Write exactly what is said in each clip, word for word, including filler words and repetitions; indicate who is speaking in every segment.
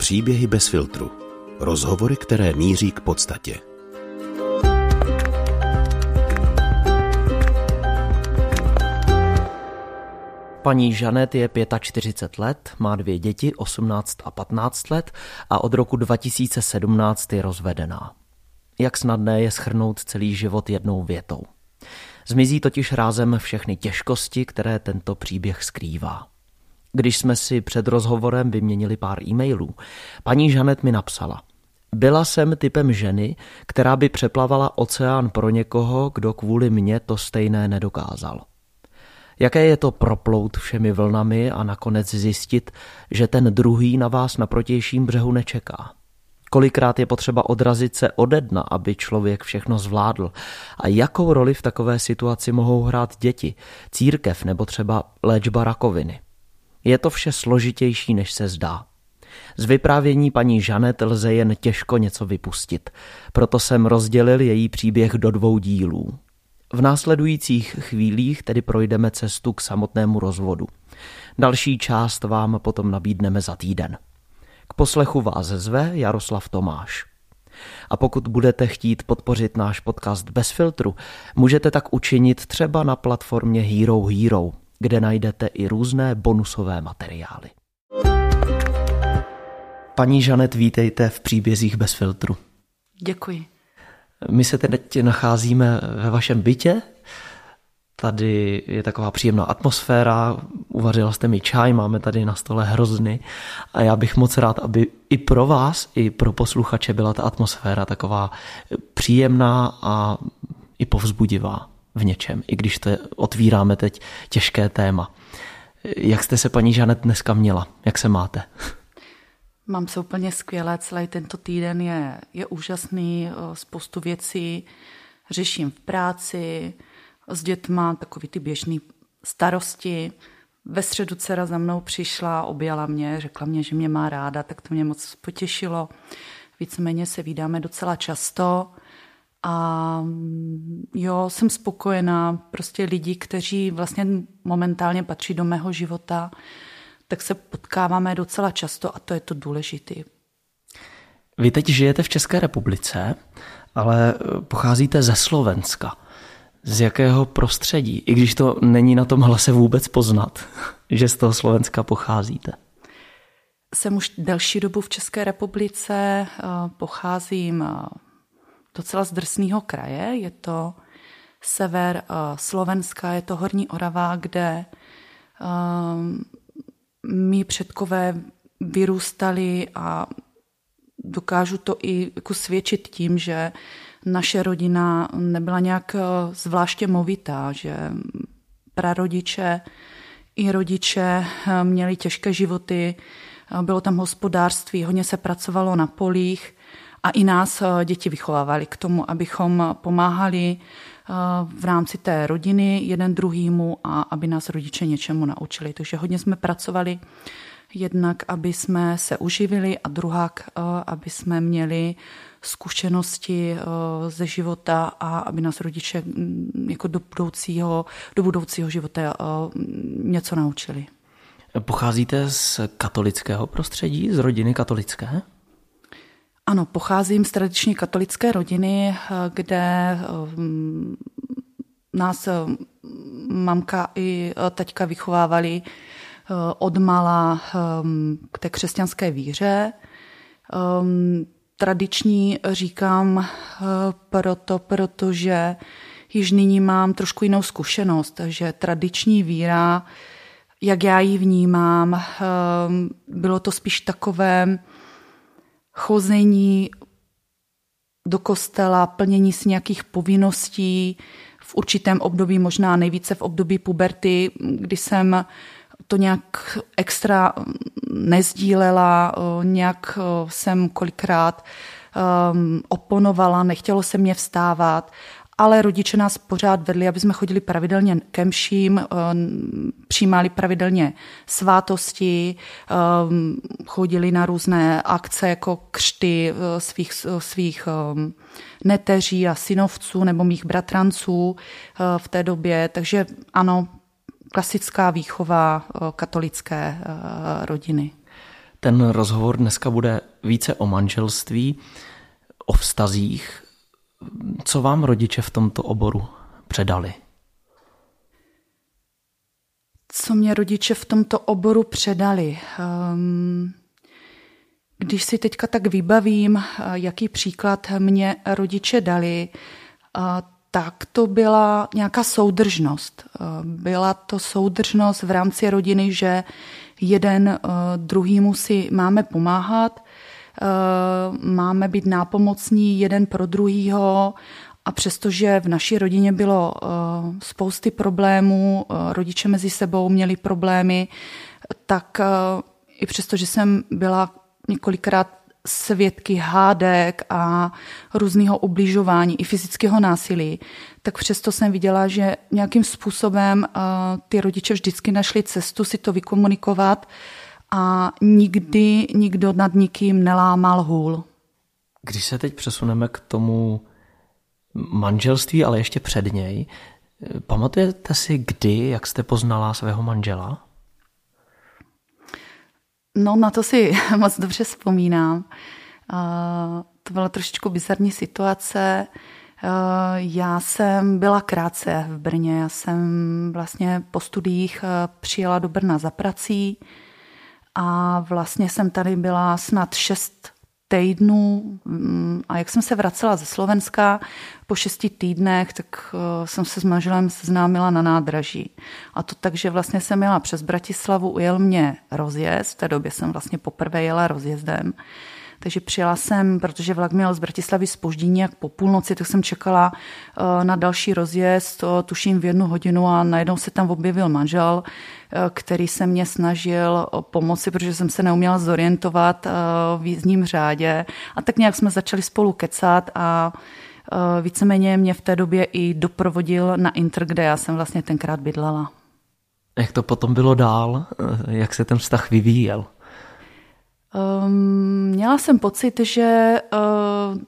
Speaker 1: Příběhy bez filtru. Rozhovory, které míří k podstatě.
Speaker 2: Paní Žanet je čtyřicet pět let, má dvě děti, osmnáct a patnáct let a od roku dva tisíce sedmnáct je rozvedená. Jak snadné je shrnout celý život jednou větou. Zmizí totiž rázem všechny těžkosti, které tento příběh skrývá. Když jsme si před rozhovorem vyměnili pár e-mailů, paní Žanet mi napsala: Byla jsem typem ženy, která by přeplavala oceán pro někoho, kdo kvůli mně to stejné nedokázal. Jaké je to proplout všemi vlnami a nakonec zjistit, že ten druhý na vás na protějším břehu nečeká? Kolikrát je potřeba odrazit se ode dna, aby člověk všechno zvládl? A jakou roli v takové situaci mohou hrát děti, církev nebo třeba léčba rakoviny? Je to vše složitější, než se zdá. Z vyprávění paní Žanet lze jen těžko něco vypustit, proto jsem rozdělil její příběh do dvou dílů. V následujících chvílích tedy projdeme cestu k samotnému rozvodu. Další část vám potom nabídneme za týden. K poslechu vás zve Jaroslav Tomáš. A pokud budete chtít podpořit náš podcast bez filtru, můžete tak učinit třeba na platformě Hero Hero, kde najdete i různé bonusové materiály. Paní Žanet, vítejte v Příbězích bez filtru.
Speaker 3: Děkuji.
Speaker 2: My se teď nacházíme ve vašem bytě. Tady je taková příjemná atmosféra, uvařila jste mi čaj, máme tady na stole hrozny a já bych moc rád, aby i pro vás, i pro posluchače byla ta atmosféra taková příjemná a i povzbudivá v něčem, i když to otvíráme teď těžké téma. Jak jste se, paní Žanet, dneska měla? Jak se máte?
Speaker 3: Mám se úplně skvěle, celý tento týden je, je úžasný, spoustu věcí řeším v práci, s dětma takový ty běžný starosti. Ve středu dcera za mnou přišla, objala mě, řekla mě, že mě má ráda, tak to mě moc potěšilo. Víceméně se vídáme docela často a jo, jsem spokojená. Prostě lidi, kteří vlastně momentálně patří do mého života, tak se potkáváme docela často a to je to důležité.
Speaker 2: Vy teď žijete v České republice, ale pocházíte ze Slovenska. Z jakého prostředí? I když to není na tom hlase vůbec poznat, že z toho Slovenska pocházíte.
Speaker 3: Jsem už delší dobu v České republice, pocházím docela z drsného kraje, je to sever Slovenska, je to Horní Orava, kde mí předkové vyrůstali a dokážu to i jako svědčit tím, že naše rodina nebyla nějak zvláště movitá, že prarodiče i rodiče měli těžké životy, bylo tam hospodářství, hodně se pracovalo na polích a i nás děti vychovávali k tomu, abychom pomáhali v rámci té rodiny jeden druhýmu a aby nás rodiče něčemu naučili. Takže hodně jsme pracovali jednak, aby jsme se uživili a druhák, aby jsme měli zkušenosti ze života a aby nás rodiče jako do budoucího, do budoucího života něco naučili.
Speaker 2: Pocházíte z katolického prostředí, z rodiny katolické?
Speaker 3: Ano, pocházím z tradiční katolické rodiny, kde nás mamka i taťka vychovávali odmala k té křesťanské víře. Tradiční říkám proto, protože již nyní mám trošku jinou zkušenost, že tradiční víra, jak já ji vnímám, bylo to spíš takové chození do kostela, plnění si nějakých povinností v určitém období, možná nejvíce v období puberty, kdy jsem to nějak extra nezdílela, nějak jsem kolikrát oponovala, nechtělo se mě vstávat, ale rodiče nás pořád vedli, aby jsme chodili pravidelně ke mším, přijímali pravidelně svátosti, chodili na různé akce jako křty svých, svých neteří a synovců nebo mých bratranců v té době. Takže ano, klasická výchova katolické rodiny.
Speaker 2: Ten rozhovor dneska bude více o manželství, o vztazích. Co vám rodiče v tomto oboru předali?
Speaker 3: Co mě rodiče v tomto oboru předali? Když si teďka tak vybavím, jaký příklad mě rodiče dali, tak to byla nějaká soudržnost. Byla to soudržnost v rámci rodiny, že jeden druhýmu si máme pomáhat, máme být nápomocní jeden pro druhýho a přestože v naší rodině bylo spousty problémů, rodiče mezi sebou měli problémy, tak i přesto, že jsem byla několikrát svědky hádek a různého ubližování i fyzického násilí, tak přesto jsem viděla, že nějakým způsobem ty rodiče vždycky našli cestu si to vykomunikovat a nikdy nikdo nad nikým nelámal hůl.
Speaker 2: Když se teď přesuneme k tomu manželství, ale ještě před něj, pamatujete si, kdy, jak jste poznala svého manžela?
Speaker 3: No, na to si moc dobře vzpomínám. To byla trošičku bizarní situace. Já jsem byla krátce v Brně. Já jsem vlastně po studiích přijela do Brna za prací a vlastně jsem tady byla snad šest týdnů a jak jsem se vracela ze Slovenska po šesti týdnech, tak jsem se s manželem seznámila na nádraží. A to tak, že vlastně jsem jela přes Bratislavu, ujel mě rozjezd, v té době jsem vlastně poprvé jela rozjezdem. Takže přijela jsem, protože vlak měl z Bratislavy zpoždění jak po půlnoci, tak jsem čekala na další rozjezd, tuším v jednu hodinu a najednou se tam objevil manžel, který se mě snažil pomoci, protože jsem se neuměla zorientovat v jízdním řádě. A tak nějak jsme začali spolu kecat a víceméně mě v té době i doprovodil na Intr, kde já jsem vlastně tenkrát bydlela.
Speaker 2: Jak to potom bylo dál? Jak se ten vztah vyvíjel?
Speaker 3: Um, měla jsem pocit, že, uh,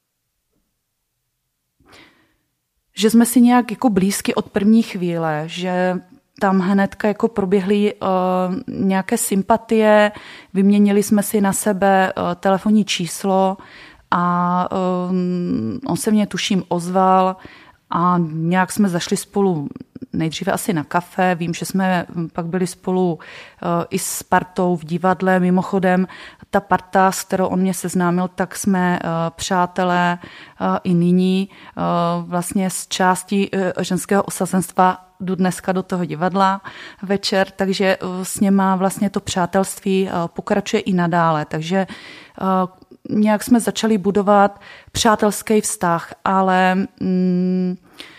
Speaker 3: že jsme si nějak jako blízky od první chvíle, že tam hnedka jako proběhly uh, nějaké sympatie, vyměnili jsme si na sebe uh, telefonní číslo a uh, on se mě tuším ozval a nějak jsme zašli spolu nejdříve asi na kafe. Vím, že jsme pak byli spolu i s partou v divadle. Mimochodem, ta parta, s kterou on mě seznámil, tak jsme přátelé i nyní. Vlastně z části ženského osazenstva jdu dneska do toho divadla večer, takže s něma vlastně to přátelství pokračuje i nadále. Takže nějak jsme začali budovat přátelský vztah, ale mm,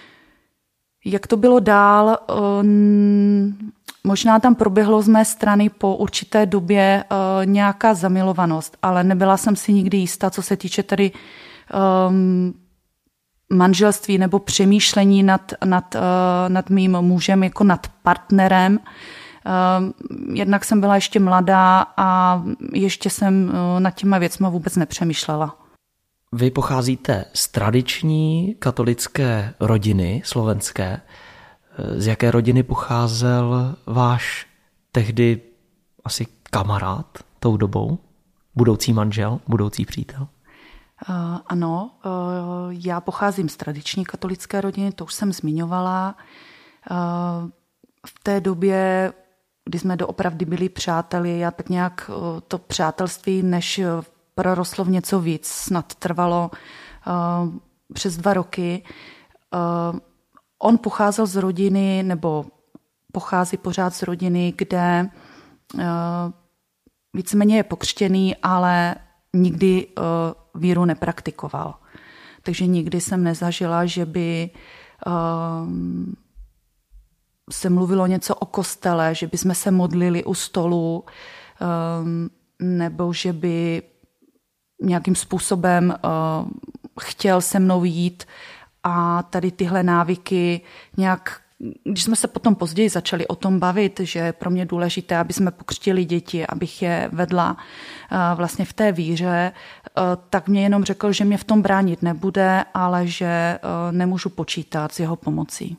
Speaker 3: jak to bylo dál, um, možná tam proběhlo z mé strany po určité době uh, nějaká zamilovanost, ale nebyla jsem si nikdy jistá, co se týče tady um, manželství nebo přemýšlení nad, nad, uh, nad mým mužem jako nad partnerem. Uh, jednak jsem byla ještě mladá a ještě jsem uh, nad těma věcma vůbec nepřemýšlela.
Speaker 2: Vy pocházíte z tradiční katolické rodiny slovenské. Z jaké rodiny pocházel váš tehdy asi kamarád tou dobou? Budoucí manžel, budoucí přítel?
Speaker 3: Uh, ano, uh, já pocházím z tradiční katolické rodiny, to už jsem zmiňovala. Uh, v té době, kdy jsme doopravdy byli přáteli, já tak nějak uh, to přátelství, než prorostlo v něco víc, snad trvalo uh, přes dva roky. Uh, on pocházel z rodiny, nebo pochází pořád z rodiny, kde uh, víceméně je pokřtěný, ale nikdy uh, víru nepraktikoval. Takže nikdy jsem nezažila, že by uh, se mluvilo něco o kostele, že by jsme se modlili u stolu, uh, nebo že by nějakým způsobem uh, chtěl se mnou jít a tady tyhle návyky nějak, když jsme se potom později začali o tom bavit, že je pro mě důležité, aby jsme pokřtili děti, abych je vedla uh, vlastně v té víře, uh, tak mě jenom řekl, že mě v tom bránit nebude, ale že uh, nemůžu počítat s jeho pomocí.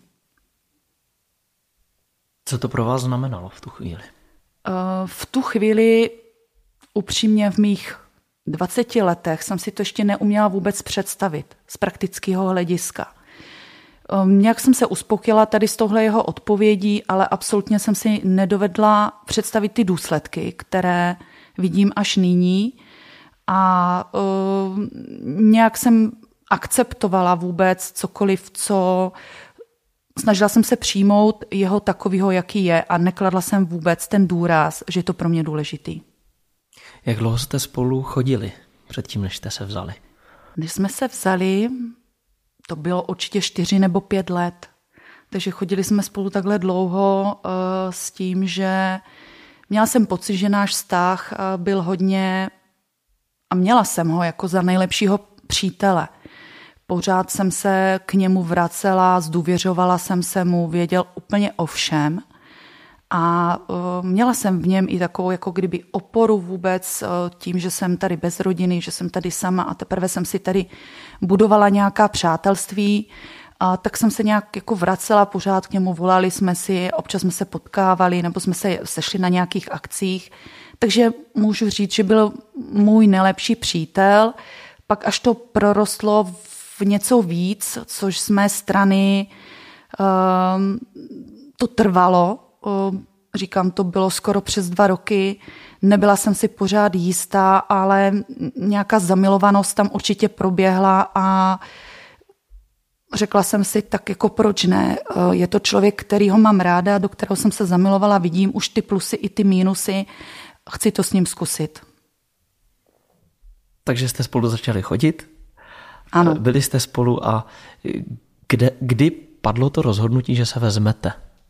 Speaker 2: Co to pro vás znamenalo v tu chvíli?
Speaker 3: Uh, v tu chvíli upřímně v mých dvaceti letech jsem si to ještě neuměla vůbec představit z praktického hlediska. Nějak jsem se uspokojila tady z tohle jeho odpovědí, ale absolutně jsem si nedovedla představit ty důsledky, které vidím až nyní. A uh, nějak jsem akceptovala vůbec cokoliv, co snažila jsem se přijmout jeho takového, jaký je, a nekladla jsem vůbec ten důraz, že je to pro mě důležitý.
Speaker 2: Jak dlouho jste spolu chodili předtím, než jste se vzali?
Speaker 3: Když jsme se vzali, to bylo určitě čtyři nebo pět let. Takže chodili jsme spolu takhle dlouho uh, s tím, že měla jsem pocit, že náš vztah uh, byl hodně, a měla jsem ho jako za nejlepšího přítele. Pořád jsem se k němu vracela, zdůvěřovala jsem se mu, věděl úplně o všem. A uh, měla jsem v něm i takovou jako kdyby oporu vůbec uh, tím, že jsem tady bez rodiny, že jsem tady sama a teprve jsem si tady budovala nějaká přátelství. A tak jsem se nějak jako vracela, pořád k němu, volali jsme si, občas jsme se potkávali nebo jsme se sešli na nějakých akcích. Takže můžu říct, že byl můj nejlepší přítel. Pak až to prorostlo v něco víc, což z mé strany uh, to trvalo. Říkám, to bylo skoro přes dva roky, nebyla jsem si pořád jistá, ale nějaká zamilovanost tam určitě proběhla a řekla jsem si, tak jako proč ne. Je to člověk, kterýho mám ráda, do kterého jsem se zamilovala, vidím už ty plusy i ty mínusy, chci to s ním zkusit.
Speaker 2: Takže jste spolu začali chodit?
Speaker 3: Ano.
Speaker 2: Byli jste spolu a kde, kdy padlo to rozhodnutí, že se vezmete?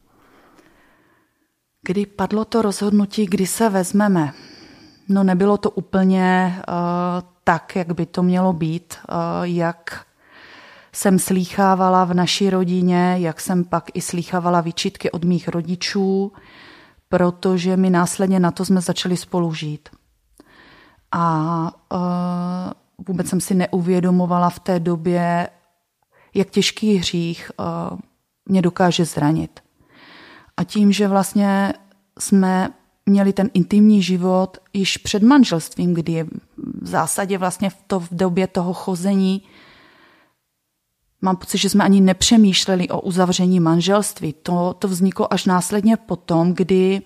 Speaker 3: Kdy padlo to rozhodnutí, kdy se vezmeme? No nebylo to úplně uh, tak, jak by to mělo být, uh, jak jsem slýchávala v naší rodině, jak jsem pak i slýchávala výčitky od mých rodičů, protože my následně na to jsme začali spolu žít. A uh, vůbec jsem si neuvědomovala v té době, jak těžký hřích uh, mě dokáže zranit. A tím, že vlastně jsme měli ten intimní život již před manželstvím, kdy v zásadě vlastně v, to, v době toho chození mám pocit, že jsme ani nepřemýšleli o uzavření manželství. To, to vzniklo až následně potom, kdy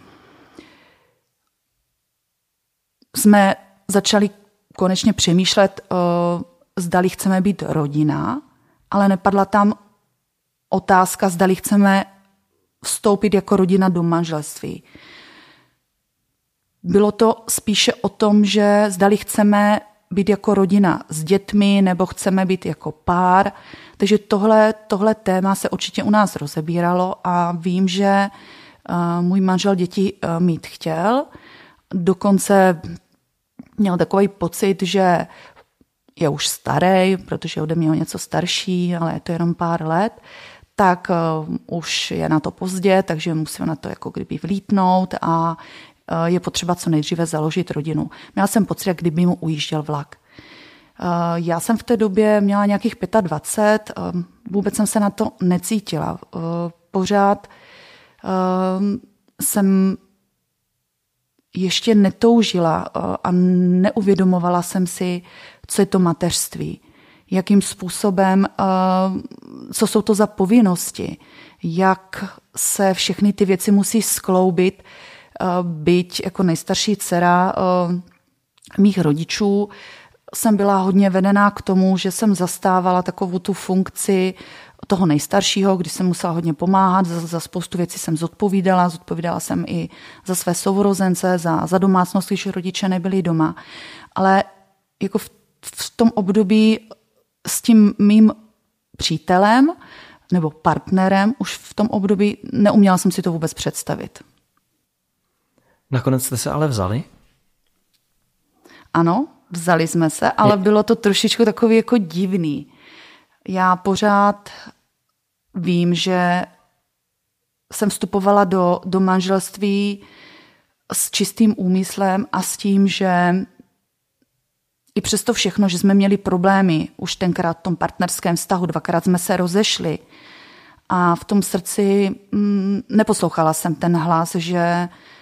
Speaker 3: jsme začali konečně přemýšlet, uh, zdali chceme být rodina, ale nepadla tam otázka, zdali chceme vstoupit jako rodina do manželství. Bylo to spíše o tom, že zdali chceme být jako rodina s dětmi nebo chceme být jako pár. Takže tohle, tohle téma se určitě u nás rozebíralo a vím, že uh, můj manžel děti uh, mít chtěl. Dokonce měl takový pocit, že je už starý, protože ode mě je něco starší, ale je to jenom pár let, tak uh, už je na to pozdě, takže musíme na to jako kdyby vlítnout a uh, je potřeba co nejdříve založit rodinu. Měla jsem pocit, jak kdyby mu ujížděl vlak. Uh, já jsem v té době měla nějakých dvacet pět, uh, vůbec jsem se na to necítila. Uh, pořád uh, jsem ještě netoužila uh, a neuvědomovala jsem si, co je to mateřství. Jakým způsobem, co jsou to za povinnosti, jak se všechny ty věci musí skloubit, byť jako nejstarší dcera mých rodičů jsem byla hodně vedená k tomu, že jsem zastávala takovou tu funkci toho nejstaršího, kdy jsem musela hodně pomáhat, za, za spoustu věcí jsem zodpovídala, zodpovídala jsem i za své sourozenце, za, za domácnost, když rodiče nebyli doma. Ale jako v, v tom období s tím mým přítelem nebo partnerem už v tom období neuměla jsem si to vůbec představit.
Speaker 2: Nakonec jste se ale vzali?
Speaker 3: Ano, vzali jsme se, ale bylo to trošičku takový jako divný. Já pořád vím, že jsem vstupovala do, do manželství s čistým úmyslem a s tím, že i přesto všechno, že jsme měli problémy už tenkrát v tom partnerském vztahu, dvakrát jsme se rozešli a v tom srdci mm, neposlouchala jsem ten hlas, že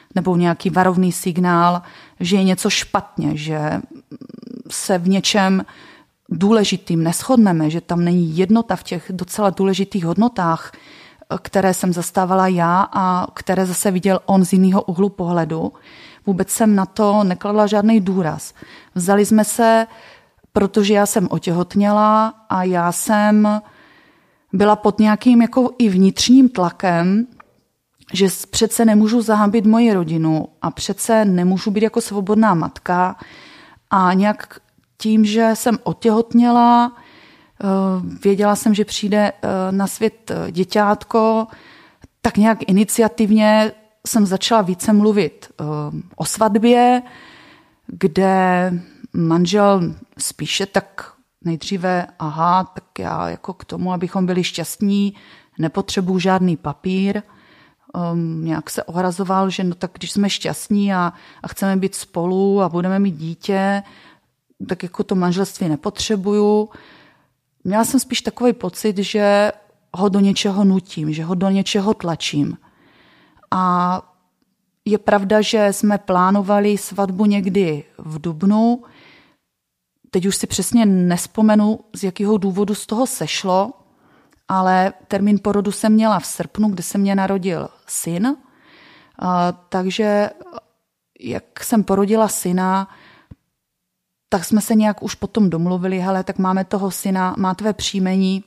Speaker 3: nebo nějaký varovný signál, že je něco špatně, že se v něčem důležitým neshodneme, že tam není jednota v těch docela důležitých hodnotách, které jsem zastávala já a které zase viděl on z jiného úhlu pohledu. Vůbec jsem na to nekladla žádný důraz. Vzali jsme se, protože já jsem otěhotněla a já jsem byla pod nějakým jako i vnitřním tlakem, že přece nemůžu zahambit moji rodinu a přece nemůžu být jako svobodná matka a nějak tím, že jsem otěhotněla, věděla jsem, že přijde na svět děťátko, tak nějak iniciativně jsem začala více mluvit o svatbě, kde manžel spíše tak nejdříve, aha, tak já jako k tomu, abychom byli šťastní, nepotřebuju žádný papír. Um, nějak se ohrazoval, že no tak když jsme šťastní a, a chceme být spolu a budeme mít dítě, tak jako to manželství nepotřebuju. Měla jsem spíš takový pocit, že ho do něčeho nutím, že ho do něčeho tlačím. A je pravda, že jsme plánovali svatbu někdy v dubnu. Teď už si přesně nespomenu, z jakého důvodu z toho sešlo, ale termín porodu jsem měla v srpnu, kde se mě narodil syn. A, takže jak jsem porodila syna, tak jsme se nějak už potom domluvili, hele, tak máme toho syna, má tvé příjmení,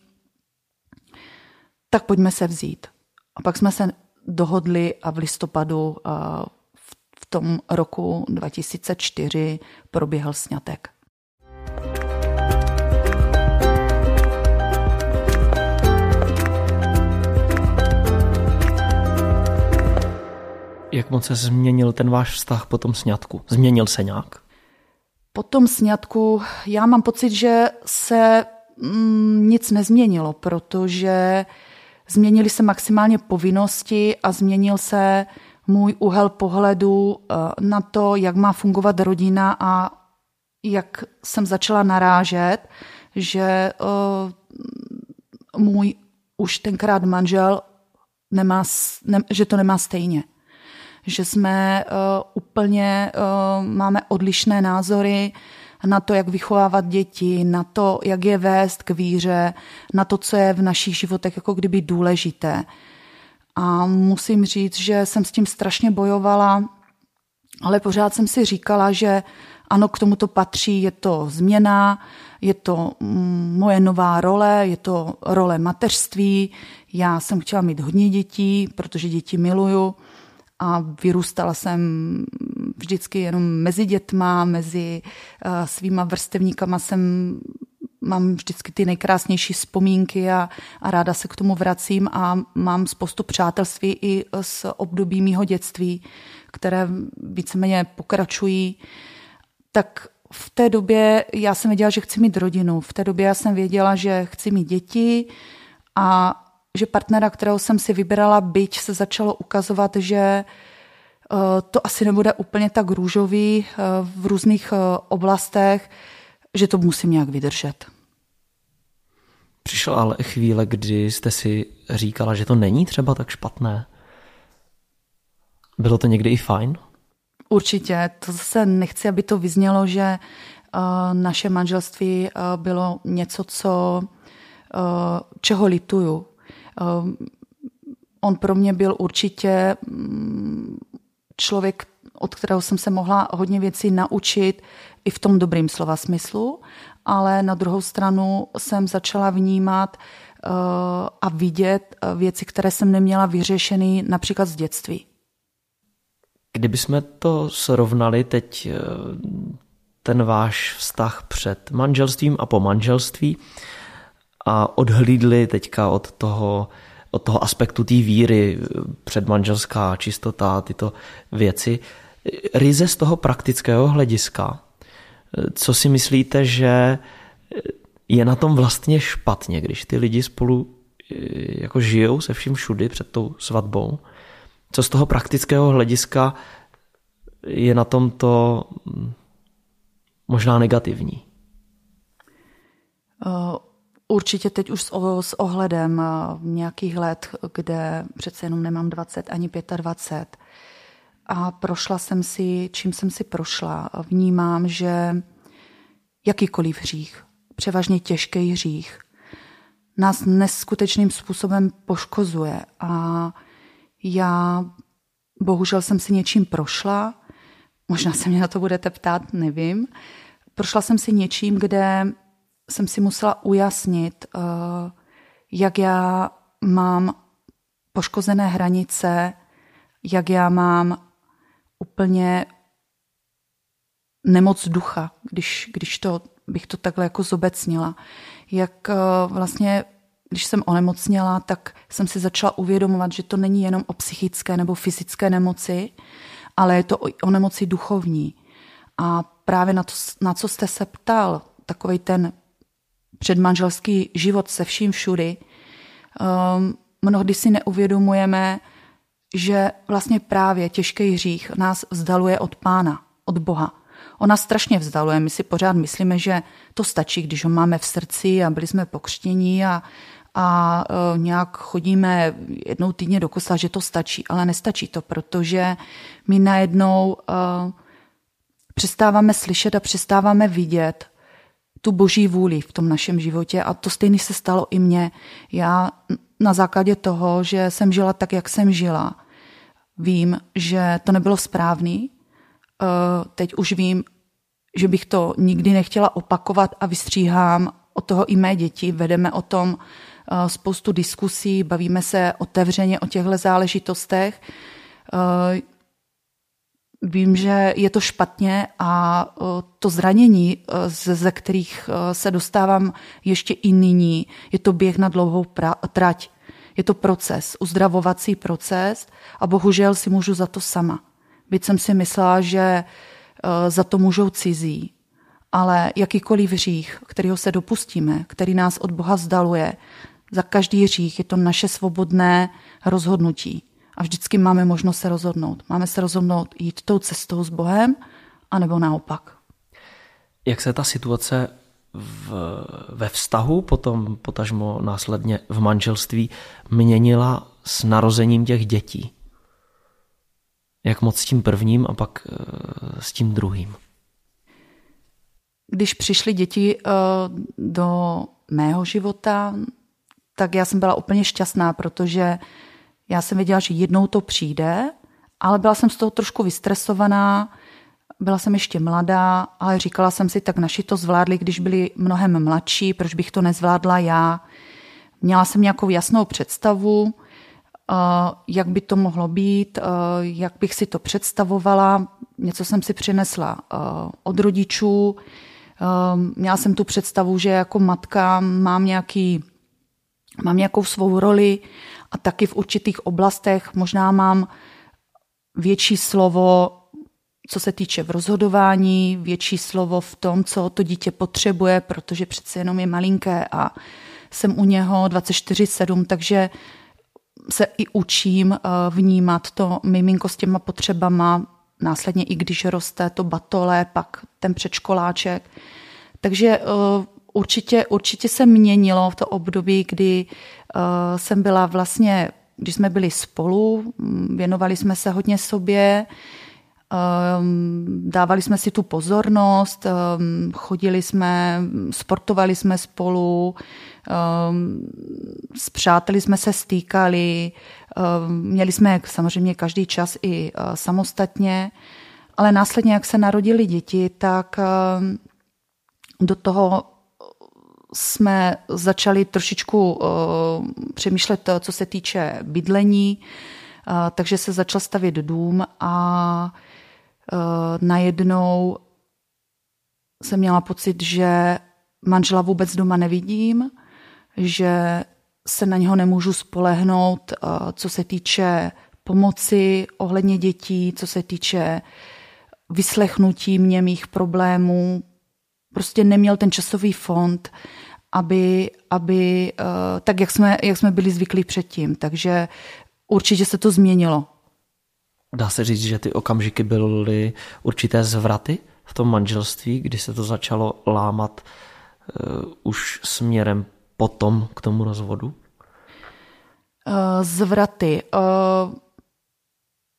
Speaker 3: tak pojďme se vzít. A pak jsme se dohodli a v listopadu a v tom roku dva tisíce čtyři proběhl sňatek.
Speaker 2: Jak moc se změnil ten váš vztah po tom sňatku? Změnil se nějak?
Speaker 3: Po tom sňatku já mám pocit, že se mm, nic nezměnilo, protože změnily se maximálně povinnosti a změnil se můj úhel pohledu na to, jak má fungovat rodina a jak jsem začala narážet, že uh, můj už tenkrát manžel nemá, ne, že to nemá stejně. Že jsme uh, úplně, uh, máme odlišné názory na to, jak vychovávat děti, na to, jak je vést k víře, na to, co je v našich životech jako kdyby důležité. A musím říct, že jsem s tím strašně bojovala, ale pořád jsem si říkala, že ano, k tomu to patří, je to změna, je to moje nová role, je to role mateřství. Já jsem chtěla mít hodně dětí, protože děti miluju. A vyrůstala jsem vždycky jenom mezi dětma, mezi uh, svýma vrstevníkama jsem, mám vždycky ty nejkrásnější vzpomínky a, a ráda se k tomu vracím a mám spoustu přátelství i z období mýho dětství, které víceméně pokračují. Tak v té době já jsem věděla, že chci mít rodinu. V té době já jsem věděla, že chci mít děti a že partnera, kterého jsem si vybrala, byť se začalo ukazovat, že to asi nebude úplně tak růžový v různých oblastech, že to musím nějak vydržet.
Speaker 2: Přišla ale chvíle, kdy jste si říkala, že to není třeba tak špatné. Bylo to někdy i fajn?
Speaker 3: Určitě. To zase nechci, aby to vyznělo, že naše manželství bylo něco, co, čeho lituju. On pro mě byl určitě člověk, od kterého jsem se mohla hodně věcí naučit i v tom dobrým slova smyslu, ale na druhou stranu jsem začala vnímat a vidět věci, které jsem neměla vyřešený například z dětství.
Speaker 2: Kdybychom to srovnali teď ten váš vztah před manželstvím a po manželství a odhlídli teďka od toho, od toho aspektu té víry, předmanželská čistota, tyto věci, ryze z toho praktického hlediska, co si myslíte, že je na tom vlastně špatně, když ty lidi spolu jako žijou se vším všudy před tou svatbou? Co z toho praktického hlediska je na tom to možná negativní?
Speaker 3: Uh, určitě teď už s ohledem nějakých let, kde přece jenom nemám dvacet ani dvacet pět. a prošla jsem si, čím jsem si prošla. Vnímám, že jakýkoliv hřích, převážně těžký hřích, nás neskutečným způsobem poškozuje. A já bohužel jsem si něčím prošla, možná se mě na to budete ptát, nevím. Prošla jsem si něčím, kde jsem si musela ujasnit, jak já mám poškozené hranice, jak já mám úplně nemoc ducha, když, když to, bych to takhle jako zobecnila. Jak vlastně, když jsem onemocněla, tak jsem si začala uvědomovat, že to není jenom o psychické nebo fyzické nemoci, ale je to o, o nemoci duchovní. A právě na to, na co jste se ptal, takovej ten předmanželský život se vším všudy, um, mnohdy si neuvědomujeme, že vlastně právě těžký hřích nás vzdaluje od Pána, od Boha. On nás strašně vzdaluje. My si pořád myslíme, že to stačí, když ho máme v srdci a byli jsme pokřtění a, a e, nějak chodíme jednou týdně do kostela, že to stačí. Ale nestačí to, protože my najednou e, přestáváme slyšet a přestáváme vidět tu boží vůli v tom našem životě a to stejné se stalo i mně. Já na základě toho, že jsem žila tak, jak jsem žila, vím, že to nebylo správný. Teď už vím, že bych to nikdy nechtěla opakovat a vystříhám od toho i mé děti. Vedeme o tom spoustu diskusí, bavíme se otevřeně o těchto záležitostech. Vím, že je to špatně a to zranění, ze kterých se dostávám ještě i nyní, je to běh na dlouhou trať. Je to proces, uzdravovací proces a bohužel si můžu za to sama. Byť jsem si myslela, že za to můžou cizí. Ale jakýkoliv hřích, kterýho se dopustíme, který nás od Boha vzdaluje, za každý hřích je to naše svobodné rozhodnutí. A vždycky máme možnost se rozhodnout. Máme se rozhodnout jít tou cestou s Bohem, anebo naopak.
Speaker 2: Jak se ta situace v, ve vztahu, potom potažmo následně v manželství, měnila s narozením těch dětí? Jak moc s tím prvním a pak s tím druhým?
Speaker 3: Když přišly děti do mého života, tak já jsem byla úplně šťastná, protože já jsem věděla, že jednou to přijde, ale byla jsem z toho trošku vystresovaná, byla jsem ještě mladá, ale říkala jsem si, tak naši to zvládli, když byli mnohem mladší, proč bych to nezvládla já. Měla jsem nějakou jasnou představu, jak by to mohlo být, jak bych si to představovala. Něco jsem si přinesla od rodičů. Měla jsem tu představu, že jako matka mám, nějaký, mám nějakou svou roli a taky v určitých oblastech možná mám větší slovo, co se týče v rozhodování, větší slovo v tom, co to dítě potřebuje, protože přece jenom je malinké a jsem u něho dvacet čtyři sedm, takže se i učím vnímat to miminko s těma potřebama, následně i když roste to batole, pak ten předškoláček. Takže určitě, určitě se měnilo v to období, kdy jsem byla vlastně, když jsme byli spolu, věnovali jsme se hodně sobě, dávali jsme si tu pozornost, chodili jsme, sportovali jsme spolu, s přáteli jsme se stýkali, měli jsme samozřejmě každý čas i samostatně, ale následně, jak se narodily děti, tak do toho jsme začali trošičku přemýšlet, co se týče bydlení, takže se začal stavět dům a najednou jsem měla pocit, že manžela vůbec doma nevidím, že se na něho nemůžu spolehnout, co se týče pomoci ohledně dětí, co se týče vyslechnutí mě mých problémů. Prostě neměl ten časový fond, aby, aby tak, jak jsme, jak jsme byli zvyklí předtím. Takže určitě se to změnilo.
Speaker 2: Dá se říct, že ty okamžiky byly určité zvraty v tom manželství, kdy se to začalo lámat uh, už směrem potom k tomu rozvodu?
Speaker 3: Uh, zvraty. Uh,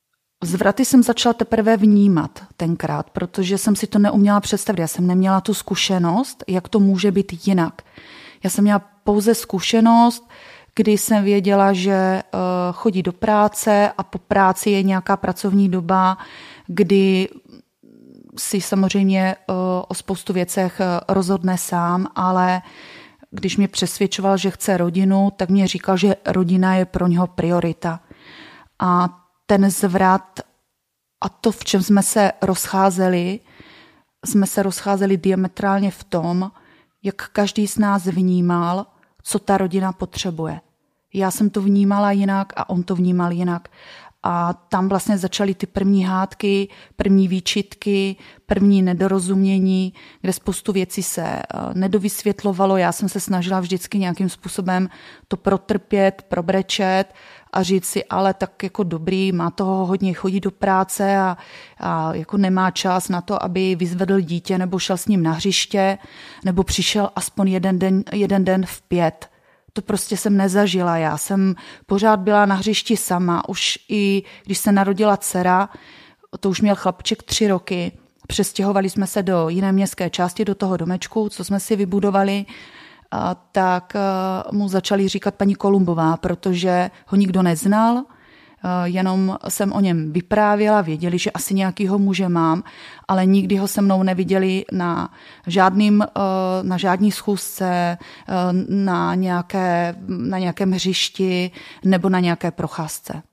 Speaker 3: Zvraty jsem začala teprve vnímat tenkrát, protože jsem si to neuměla představit. Já jsem neměla tu zkušenost, jak to může být jinak. Já jsem měla pouze zkušenost, kdy jsem věděla, že chodí do práce a po práci je nějaká pracovní doba, kdy si samozřejmě o spoustu věcech rozhodne sám, ale když mě přesvědčoval, že chce rodinu, tak mě říkal, že rodina je pro něho priorita. A ten zvrat a to, v čem jsme se rozcházeli, jsme se rozcházeli diametrálně v tom, jak každý z nás vnímal, co ta rodina potřebuje. Já jsem to vnímala jinak a on to vnímal jinak. A tam vlastně začaly ty první hádky, první výčitky, první nedorozumění, kde spoustu věcí se nedovysvětlovalo. Já jsem se snažila vždycky nějakým způsobem to protrpět, probrečet a říct si, ale tak jako dobrý, má toho hodně, chodí do práce a, a jako nemá čas na to, aby vyzvedl dítě nebo šel s ním na hřiště, nebo přišel aspoň jeden den, jeden den v pět. To prostě jsem nezažila. Já jsem pořád byla na hřišti sama. Už i když se narodila dcera, to už měl chlapček tři roky, přestěhovali jsme se do jiné městské části, do toho domečku, co jsme si vybudovali, tak mu začali říkat paní Kolumbová, protože ho nikdo neznal, jenom jsem o něm vyprávěla, věděli, že asi nějakýho muže mám, ale nikdy ho se mnou neviděli na, žádným, na žádný schůzce, na, nějaké, na nějakém hřišti nebo na nějaké procházce.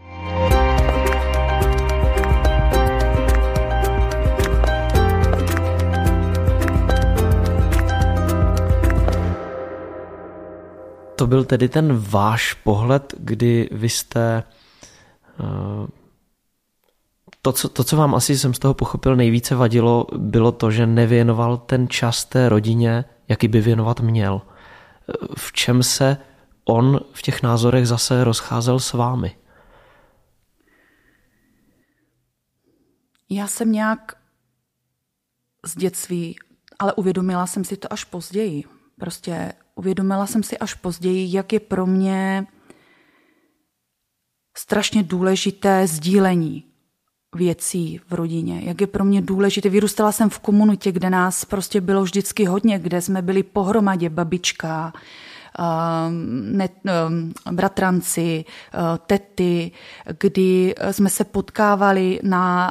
Speaker 2: To byl tedy ten váš pohled, kdy vy jste To co, to, co vám asi jsem z toho pochopil nejvíce vadilo, bylo to, že nevěnoval ten čas té rodině, jaký by věnovat měl. V čem se on v těch názorech zase rozcházel s vámi?
Speaker 3: Já jsem nějak z dětství, ale uvědomila jsem si to až později. Prostě uvědomila jsem si až později, jak je pro mě strašně důležité sdílení věcí v rodině. Jak je pro mě důležité. Vyrůstala jsem v komunitě, kde nás prostě bylo vždycky hodně, kde jsme byli pohromadě, babička, ne, bratranci, tety, kdy jsme se potkávali na,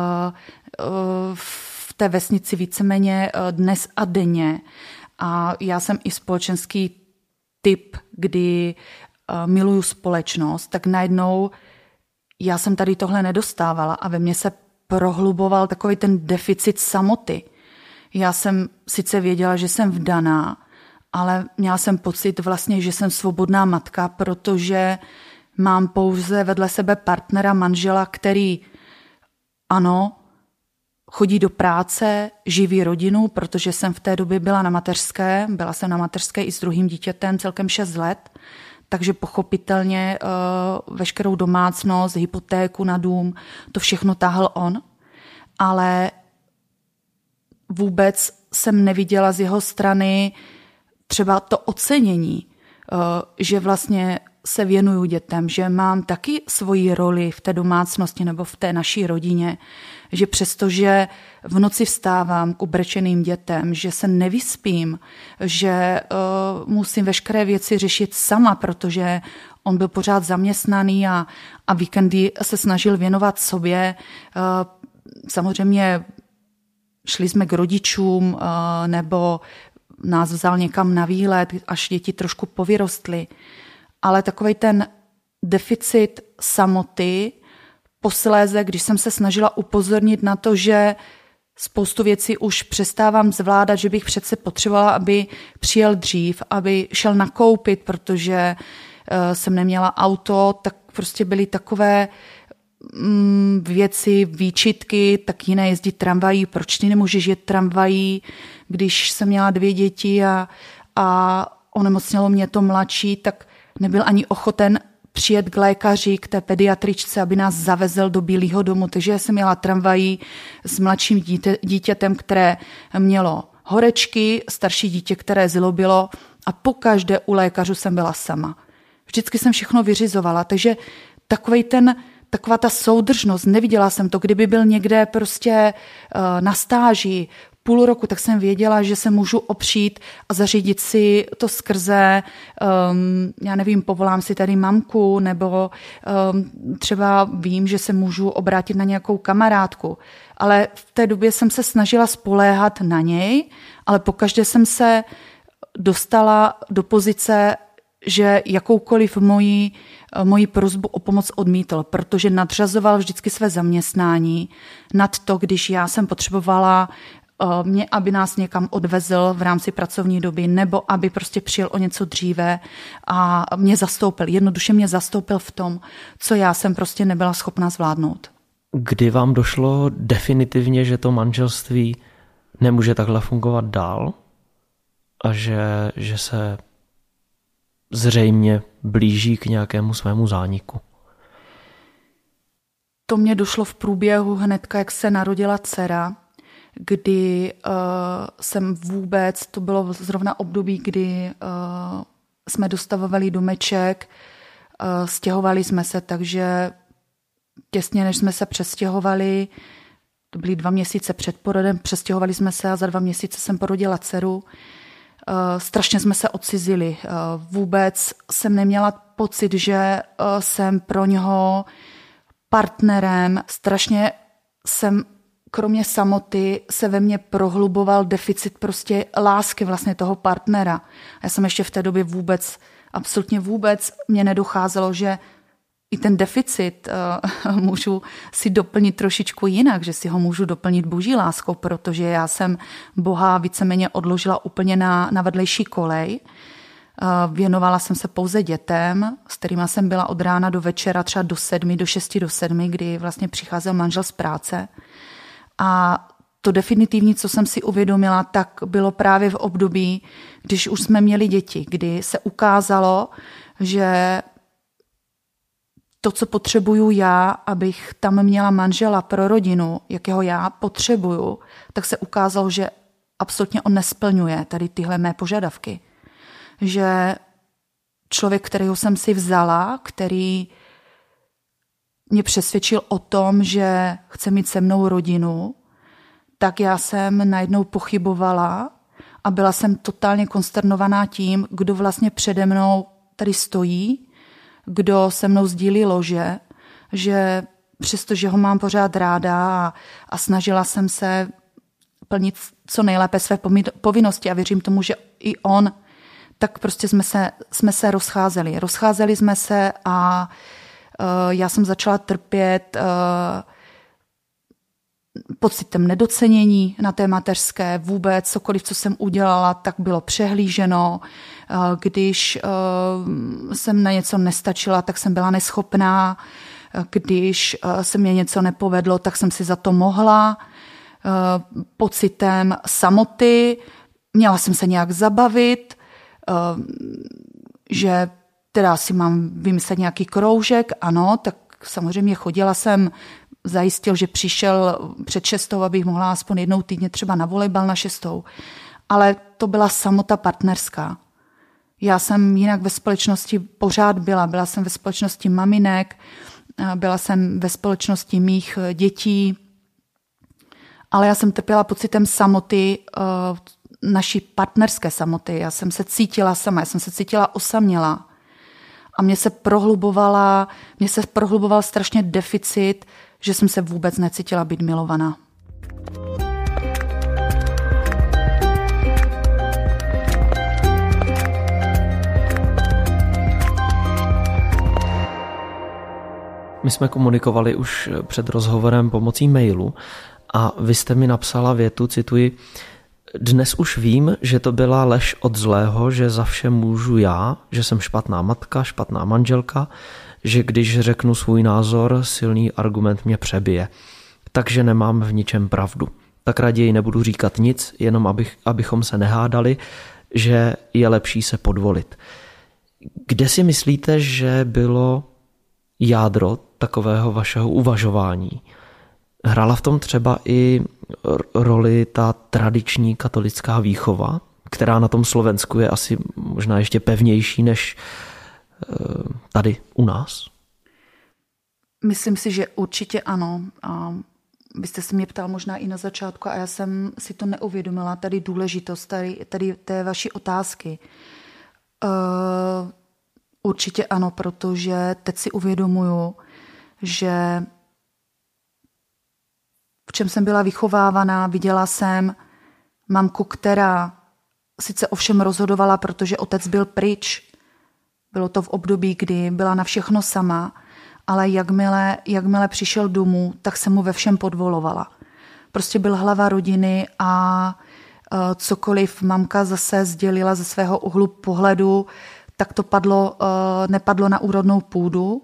Speaker 3: v té vesnici víceméně dnes a denně. A já jsem i společenský typ, kdy miluju společnost, tak najednou já jsem tady tohle nedostávala a ve mně se prohluboval takový ten deficit samoty. Já jsem sice věděla, že jsem vdaná, ale měla jsem pocit vlastně, že jsem svobodná matka, protože mám pouze vedle sebe partnera, manžela, který ano, chodí do práce, živí rodinu, protože jsem v té době byla na mateřské, byla jsem na mateřské i s druhým dítětem celkem šest let, takže pochopitelně uh, veškerou domácnost, hypotéku na dům, to všechno táhl on, ale vůbec jsem neviděla z jeho strany třeba to ocenění, uh, že vlastně se věnuju dětem, že mám taky svoji roli v té domácnosti nebo v té naší rodině, že přestože v noci vstávám k ubrečeným dětem, že se nevyspím, že uh, musím veškeré věci řešit sama, protože on byl pořád zaměstnaný a, a víkendy se snažil věnovat sobě. Uh, samozřejmě šli jsme k rodičům uh, nebo nás vzal někam na výlet, až děti trošku povyrostly. Ale takovej ten deficit samoty, posléze, když jsem se snažila upozornit na to, že spoustu věcí už přestávám zvládat, že bych přece potřebovala, aby přijel dřív, aby šel nakoupit, protože uh, jsem neměla auto, tak prostě byly takové mm, věci, výčitky, tak jiné jezdit tramvají, proč ty nemůžeš jet tramvají, když jsem měla dvě děti a, a onemocnělo mě to mladší, tak nebyl ani ochoten přijet k lékaři, k té pediatričce, aby nás zavezl do Bílého domu. Takže jsem jela tramvají s mladším dítě, dítětem, které mělo horečky, starší dítě, které zlobilo a pokaždé u lékařů jsem byla sama. Vždycky jsem všechno vyřizovala, takže takovej ten, taková ta soudržnost, neviděla jsem to, kdyby byl někde prostě na stáži půl roku, tak jsem věděla, že se můžu opřít a zařídit si to skrze, um, já nevím, povolám si tady mamku, nebo um, třeba vím, že se můžu obrátit na nějakou kamarádku. Ale v té době jsem se snažila spoléhat na něj, ale pokaždé jsem se dostala do pozice, že jakoukoliv moji, moji prosbu o pomoc odmítl, protože nadřazoval vždycky své zaměstnání nad to, když já jsem potřebovala mě, aby nás někam odvezl v rámci pracovní doby, nebo aby prostě přijel o něco dříve a mě zastoupil. Jednoduše mě zastoupil v tom, co já jsem prostě nebyla schopná zvládnout.
Speaker 2: Kdy vám došlo definitivně, že to manželství nemůže takhle fungovat dál a že, že se zřejmě blíží k nějakému svému zániku?
Speaker 3: To mě došlo v průběhu hnedka, jak se narodila dcera, kdy uh, jsem vůbec, to bylo zrovna období, kdy uh, jsme dostavovali domeček, uh, stěhovali jsme se, takže těsně než jsme se přestěhovali, to byly dva měsíce před porodem, přestěhovali jsme se a za dva měsíce jsem porodila dceru. Uh, strašně jsme se odcizili. Uh, vůbec jsem neměla pocit, že uh, jsem pro něho partnerem. Strašně jsem, kromě samoty, se ve mně prohluboval deficit prostě lásky vlastně toho partnera. Já jsem ještě v té době vůbec, absolutně vůbec mě nedocházelo, že i ten deficit uh, můžu si doplnit trošičku jinak, že si ho můžu doplnit boží láskou, protože já jsem Boha víceméně odložila úplně na, na vedlejší kolej. Uh, věnovala jsem se pouze dětem, s kterými jsem byla od rána do večera, třeba do sedmi, do šesti, do sedmi, kdy vlastně přicházel manžel z práce. A to definitivní, co jsem si uvědomila, tak bylo právě v období, když už jsme měli děti, kdy se ukázalo, že to, co potřebuju já, abych tam měla manžela pro rodinu, jakého já potřebuju, tak se ukázalo, že absolutně on nesplňuje tady tyhle mé požadavky. Že člověk, kterého jsem si vzala, který mě přesvědčil o tom, že chce mít se mnou rodinu, tak já jsem najednou pochybovala a byla jsem totálně konsternovaná tím, kdo vlastně přede mnou tady stojí, kdo se mnou sdílí lože, že přestože ho mám pořád ráda a, a snažila jsem se plnit co nejlépe své povinnosti a věřím tomu, že i on, tak prostě jsme se, jsme se rozcházeli. Rozcházeli jsme se a uh, já jsem začala trpět uh, pocitem nedocenění na té mateřské. Vůbec cokoliv, co jsem udělala, tak bylo přehlíženo. Když jsem na něco nestačila, tak jsem byla neschopná. Když se mě něco nepovedlo, tak jsem si za to mohla. Pocitem samoty. Měla jsem se nějak zabavit, že teda si mám vymyslet nějaký kroužek. Ano, tak samozřejmě chodila jsem, zajistil, že přišel před šestou, abych mohla aspoň jednou týdně třeba na volejbal na šestou. Ale to byla samota partnerská. Já jsem jinak ve společnosti pořád byla. Byla jsem ve společnosti maminek, byla jsem ve společnosti mých dětí, ale já jsem trpěla pocitem samoty, naší partnerské samoty. Já jsem se cítila sama, já jsem se cítila osamělá. A mě se prohlubovala, mě se prohluboval strašně deficit, že jsem se vůbec necítila být milovaná.
Speaker 2: My jsme komunikovali už před rozhovorem pomocí mailu a vy jste mi napsala větu, cituji: dnes už vím, že to byla lež od zlého, že za vše můžu já, že jsem špatná matka, špatná manželka, že když řeknu svůj názor, silný argument mě přebije. Takže nemám v ničem pravdu. Tak raději nebudu říkat nic, jenom abych, abychom se nehádali, že je lepší se podvolit. Kde si myslíte, že bylo jádro takového vašeho uvažování? Hrála v tom třeba i roli ta tradiční katolická výchova, která na tom Slovensku je asi možná ještě pevnější než tady u nás?
Speaker 3: Myslím si, že určitě ano. A vy jste se mě ptal možná i na začátku a já jsem si to neuvědomila, tady důležitost tady, tady té vaší otázky. Uh, určitě ano, protože teď si uvědomuju, že v čem jsem byla vychovávaná, viděla jsem mamku, která sice ovšem rozhodovala, protože otec byl pryč. Bylo to v období, kdy byla na všechno sama, ale jakmile, jakmile přišel domů, tak se mu ve všem podvolovala. Prostě byl hlava rodiny a uh, cokoliv mamka zase sdělila ze svého úhlu pohledu, tak to padlo, uh, nepadlo na úrodnou půdu.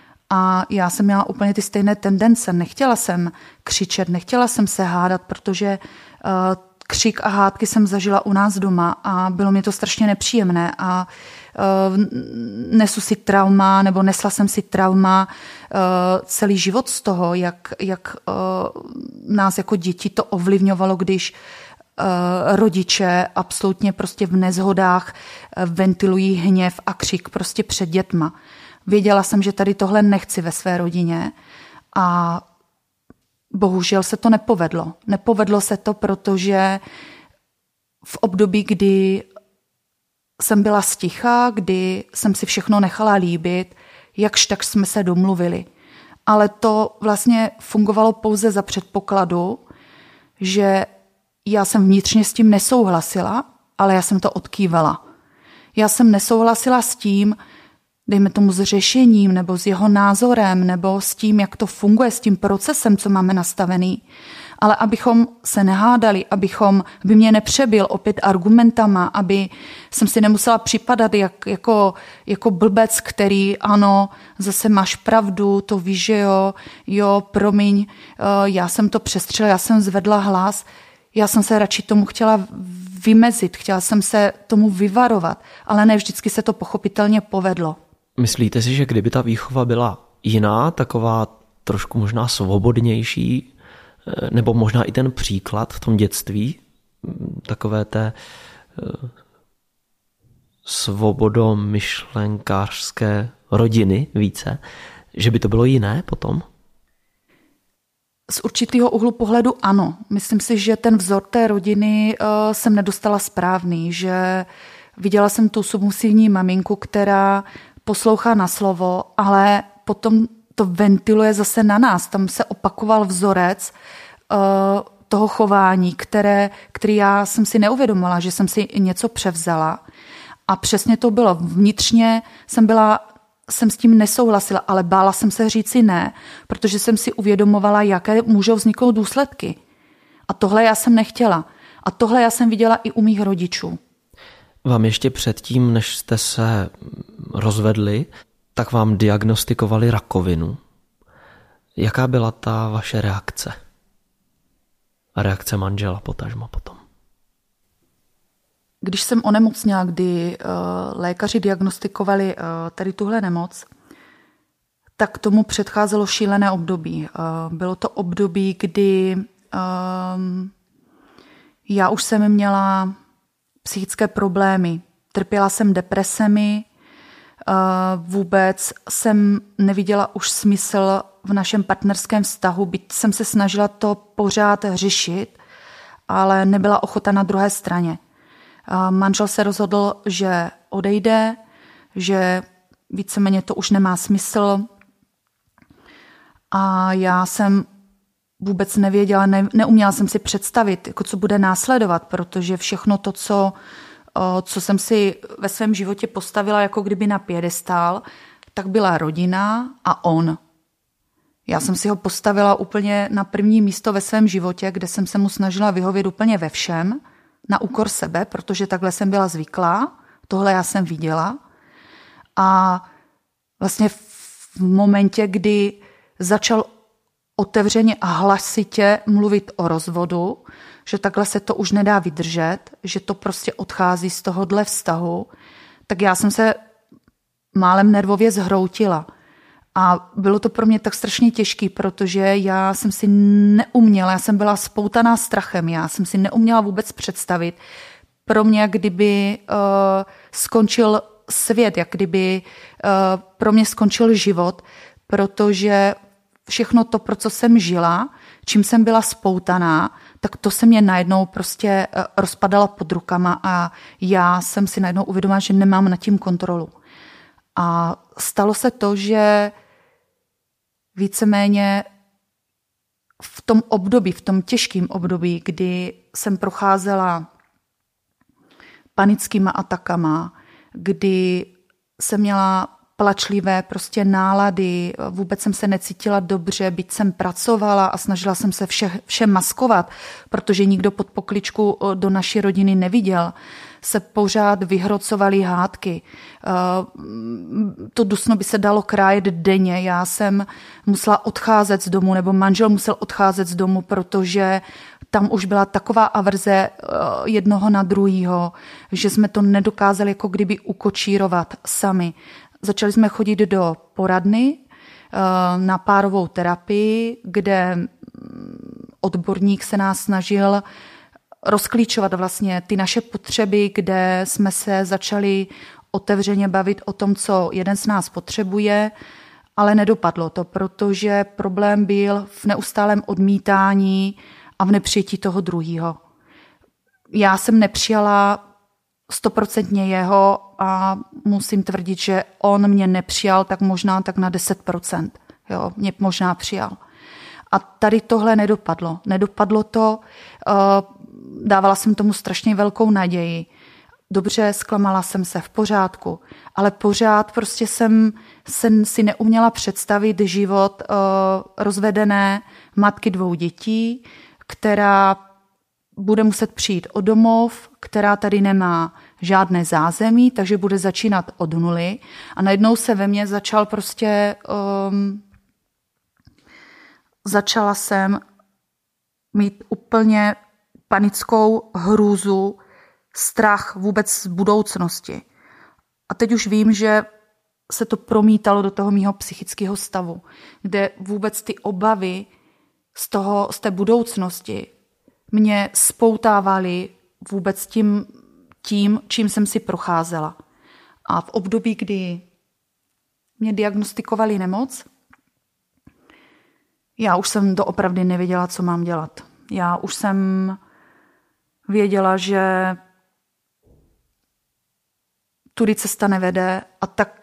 Speaker 3: A já jsem měla úplně ty stejné tendence. Nechtěla jsem křičet, nechtěla jsem se hádat, protože uh, křik a hádky jsem zažila u nás doma a bylo mi to strašně nepříjemné a uh, nesu si trauma, nebo nesla jsem si trauma uh, celý život z toho, jak, jak uh, nás jako děti to ovlivňovalo, když uh, rodiče absolutně prostě v nezhodách uh, ventilují hněv a křik prostě před dětma. Věděla jsem, že tady tohle nechci ve své rodině a bohužel se to nepovedlo. Nepovedlo se to, protože v období, kdy jsem byla sticha, kdy jsem si všechno nechala líbit, jakž tak jsme se domluvili. Ale to vlastně fungovalo pouze za předpokladu, že já jsem vnitřně s tím nesouhlasila, ale já jsem to odkývala. Já jsem nesouhlasila s tím, dejme tomu s řešením, nebo s jeho názorem, nebo s tím, jak to funguje, s tím procesem, co máme nastavený. Ale abychom se nehádali, abychom, aby mě nepřebil opět argumentama, aby jsem si nemusela připadat jak, jako, jako blbec, který ano, zase máš pravdu, to víš, že jo, jo, promiň, já jsem to přestřelila, já jsem zvedla hlas, já jsem se radši tomu chtěla vymezit, chtěla jsem se tomu vyvarovat, ale ne vždycky se to pochopitelně povedlo.
Speaker 2: Myslíte si, že kdyby ta výchova byla jiná, taková trošku možná svobodnější, nebo možná i ten příklad v tom dětství, takové té svobodomyšlenkářské rodiny více, že by to bylo jiné potom?
Speaker 3: Z určitého úhlu pohledu ano. Myslím si, že ten vzor té rodiny uh, jsem nedostala správný, že viděla jsem tu submisivní maminku, která poslouchá na slovo, ale potom to ventiluje zase na nás. Tam se opakoval vzorec uh, toho chování, které, který já jsem si neuvědomila, že jsem si něco převzala. A přesně to bylo. Vnitřně jsem byla, jsem s tím nesouhlasila, ale bála jsem se říci ne, protože jsem si uvědomovala, jaké můžou vzniknout důsledky. A tohle já jsem nechtěla. A tohle já jsem viděla i u mých rodičů.
Speaker 2: Vám ještě předtím, než jste se rozvedli, tak vám diagnostikovali rakovinu. Jaká byla ta vaše reakce? A reakce manžela potažmo potom?
Speaker 3: Když jsem onemocněla, kdy uh, lékaři diagnostikovali uh, tady tuhle nemoc, tak tomu předcházelo šílené období. Uh, bylo to období, kdy uh, já už jsem měla psychické problémy. Trpěla jsem depresemi, vůbec jsem neviděla už smysl v našem partnerském vztahu, byť jsem se snažila to pořád řešit, ale nebyla ochota na druhé straně. Manžel se rozhodl, že odejde, že víceméně to už nemá smysl a já jsem vůbec nevěděla, ne, neuměla jsem si představit, jako co bude následovat, protože všechno to, co, co jsem si ve svém životě postavila jako kdyby na piedestál, tak byla rodina a on. Já jsem si ho postavila úplně na první místo ve svém životě, kde jsem se mu snažila vyhovět úplně ve všem, na úkor sebe, protože takhle jsem byla zvyklá, tohle já jsem viděla. A vlastně v momentě, kdy začal otevřeně a hlasitě mluvit o rozvodu, že takhle se to už nedá vydržet, že to prostě odchází z tohohle vztahu, tak já jsem se málem nervově zhroutila. A bylo to pro mě tak strašně těžké, protože já jsem si neuměla, já jsem byla spoutaná strachem, já jsem si neuměla vůbec představit. Pro mě, jak kdyby uh, skončil svět, jak kdyby uh, pro mě skončil život, protože všechno to, pro co jsem žila, čím jsem byla spoutaná, tak to se mě najednou prostě rozpadalo pod rukama a já jsem si najednou uvědomila, že nemám nad tím kontrolu. A stalo se to, že víceméně v tom období, v tom těžkém období, kdy jsem procházela panickýma atakama, kdy jsem měla plačlivé prostě nálady, vůbec jsem se necítila dobře, byť jsem pracovala a snažila jsem se vše, vše maskovat, protože nikdo pod pokličku do naší rodiny neviděl. Se pořád vyhrocovaly hádky. To dusno by se dalo krájet denně. Já jsem musela odcházet z domu, nebo manžel musel odcházet z domu, protože tam už byla taková averze jednoho na druhýho, že jsme to nedokázali jako kdyby ukočírovat sami. Začali jsme chodit do poradny na párovou terapii, kde odborník se nás snažil rozklíčovat vlastně ty naše potřeby, kde jsme se začali otevřeně bavit o tom, co jeden z nás potřebuje, ale nedopadlo to, protože problém byl v neustálém odmítání a v nepřijetí toho druhého. Já jsem nepřijala stoprocentně jeho a musím tvrdit, že on mě nepřijal tak možná tak na deset procent. Jo, mě možná přijal. A tady tohle nedopadlo. Nedopadlo to, dávala jsem tomu strašně velkou naději. Dobře, zklamala jsem se, v pořádku, ale pořád prostě jsem, jsem si neuměla představit život rozvedené matky dvou dětí, která bude muset přijít o domov, která tady nemá žádné zázemí, takže bude začínat od nuly. A najednou se ve mně začal prostě... Um, začala jsem mít úplně panickou hrůzu, strach vůbec z budoucnosti. A teď už vím, že se to promítalo do toho mýho psychického stavu, kde vůbec ty obavy z, toho, z té budoucnosti mě spoutávaly vůbec tím, tím, čím jsem si procházela. A v období, kdy mě diagnostikovali nemoc, já už jsem doopravdy nevěděla, co mám dělat. Já už jsem věděla, že tudy cesta nevede a tak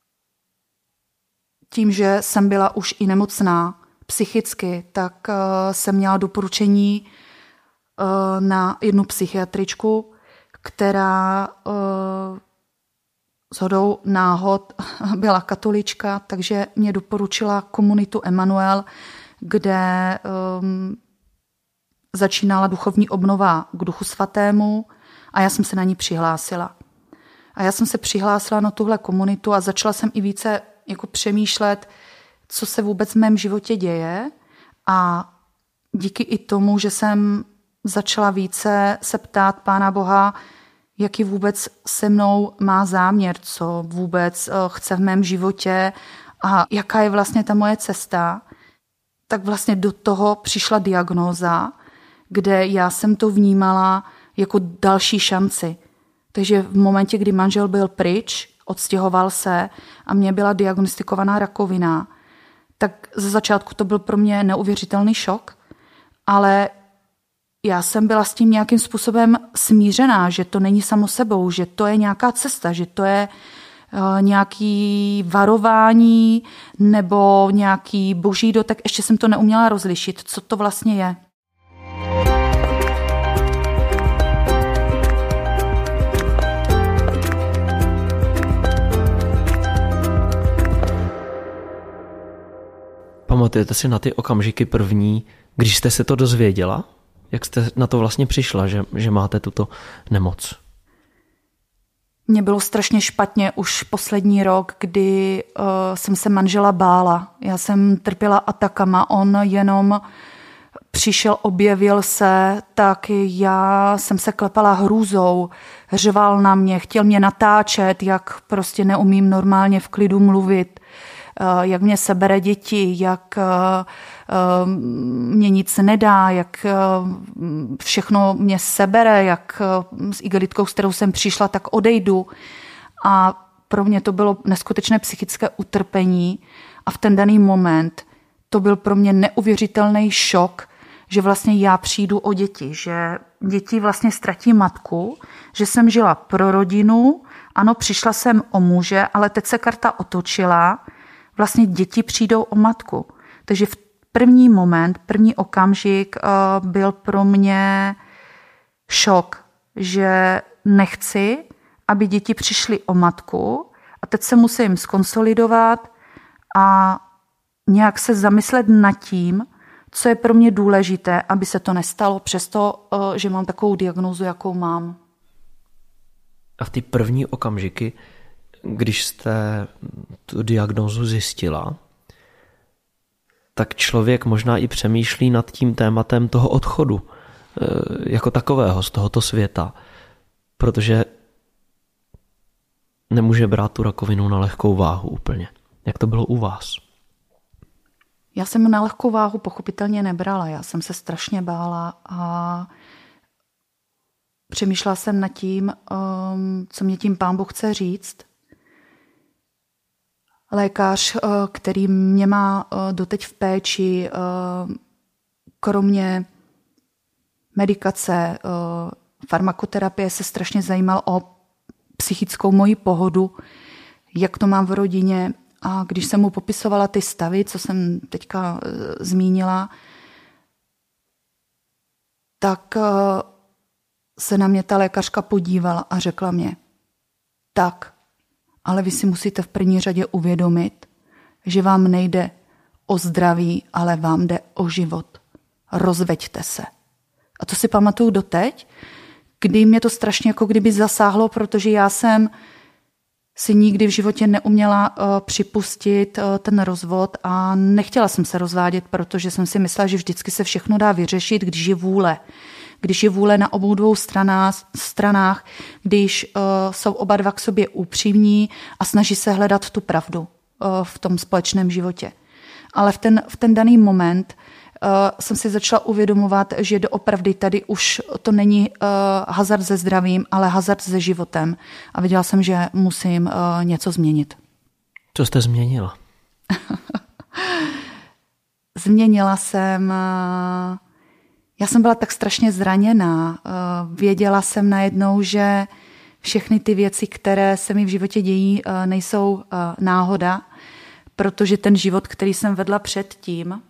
Speaker 3: tím, že jsem byla už i nemocná psychicky, tak uh, jsem měla doporučení uh, na jednu psychiatričku, která uh, shodou náhod byla katolička, takže mě doporučila komunitu Emanuel, kde um, začínala duchovní obnova k Duchu svatému a já jsem se na ní přihlásila. A já jsem se přihlásila na tuhle komunitu a začala jsem i více jako přemýšlet, co se vůbec v mém životě děje. A díky i tomu, že jsem začala více se ptát Pána Boha, jaký vůbec se mnou má záměr, co vůbec chce v mém životě a jaká je vlastně ta moje cesta, tak vlastně do toho přišla diagnóza, kde já jsem to vnímala jako další šanci. Takže v momentě, kdy manžel byl pryč, odstěhoval se a mě byla diagnostikovaná rakovina, tak ze začátku to byl pro mě neuvěřitelný šok, ale já jsem byla s tím nějakým způsobem smířená, že to není samo sebou, že to je nějaká cesta, že to je uh, nějaký varování nebo nějaký boží dotek. Ještě jsem to neuměla rozlišit, co to vlastně je.
Speaker 2: Pamatujete si na ty okamžiky první, když jste se to dozvěděla? Jak jste na to vlastně přišla, že, že máte tuto nemoc?
Speaker 3: Mně bylo strašně špatně už poslední rok, kdy uh, jsem se manžela bála. Já jsem trpěla atakama, on jenom přišel, objevil se, tak já jsem se klepala hrůzou, řval na mě, chtěl mě natáčet, jak prostě neumím normálně v klidu mluvit, jak mě sebere děti, jak mě nic nedá, jak všechno mě sebere, jak s igelitkou, s kterou jsem přišla, tak odejdu. A pro mě to bylo neskutečné psychické utrpení a v ten daný moment to byl pro mě neuvěřitelný šok, že vlastně já přijdu o děti, že děti vlastně ztratí matku, že jsem žila pro rodinu, ano, přišla jsem o muže, ale teď se karta otočila, vlastně děti přijdou o matku. Takže v první moment, první okamžik byl pro mě šok, že nechci, aby děti přišly o matku a teď se musím skonsolidovat a nějak se zamyslet nad tím, co je pro mě důležité, aby se to nestalo, přesto, že mám takovou diagnózu, jakou mám.
Speaker 2: A v ty první okamžiky, když jste tu diagnózu zjistila, tak člověk možná i přemýšlí nad tím tématem toho odchodu jako takového z tohoto světa, protože nemůže brát tu rakovinu na lehkou váhu úplně. Jak to bylo u vás?
Speaker 3: Já jsem na lehkou váhu pochopitelně nebrala. Já jsem se strašně bála a přemýšlela jsem nad tím, co mě tím Pán Bůh chce říct. Lékař, který mě má doteď v péči, kromě medikace, farmakoterapie, se strašně zajímal o psychickou moji pohodu, jak to mám v rodině. A když jsem mu popisovala ty stavy, co jsem teďka zmínila, tak se na mě ta lékařka podívala a řekla mě, tak, ale vy si musíte v první řadě uvědomit, že vám nejde o zdraví, ale vám jde o život. Rozveďte se. A to si pamatuju doteď, kdy mě to strašně jako kdyby zasáhlo, protože já jsem si nikdy v životě neuměla uh, připustit uh, ten rozvod a nechtěla jsem se rozvádět, protože jsem si myslela, že vždycky se všechno dá vyřešit, když je vůle. Když je vůle na obou dvou stranách, stranách když uh, jsou oba dva k sobě upřímní a snaží se hledat tu pravdu uh, v tom společném životě. Ale v ten, v ten daný moment uh, jsem si začala uvědomovat, že doopravdy tady už to není uh, hazard se zdravím, ale hazard se životem. A viděla jsem, že musím uh, něco změnit.
Speaker 2: Co jste změnila?
Speaker 3: Změnila jsem... Uh, já jsem byla tak strašně zraněná. Uh, věděla jsem najednou, že všechny ty věci, které se mi v životě dějí, uh, nejsou uh, náhoda, protože ten život, který jsem vedla předtím,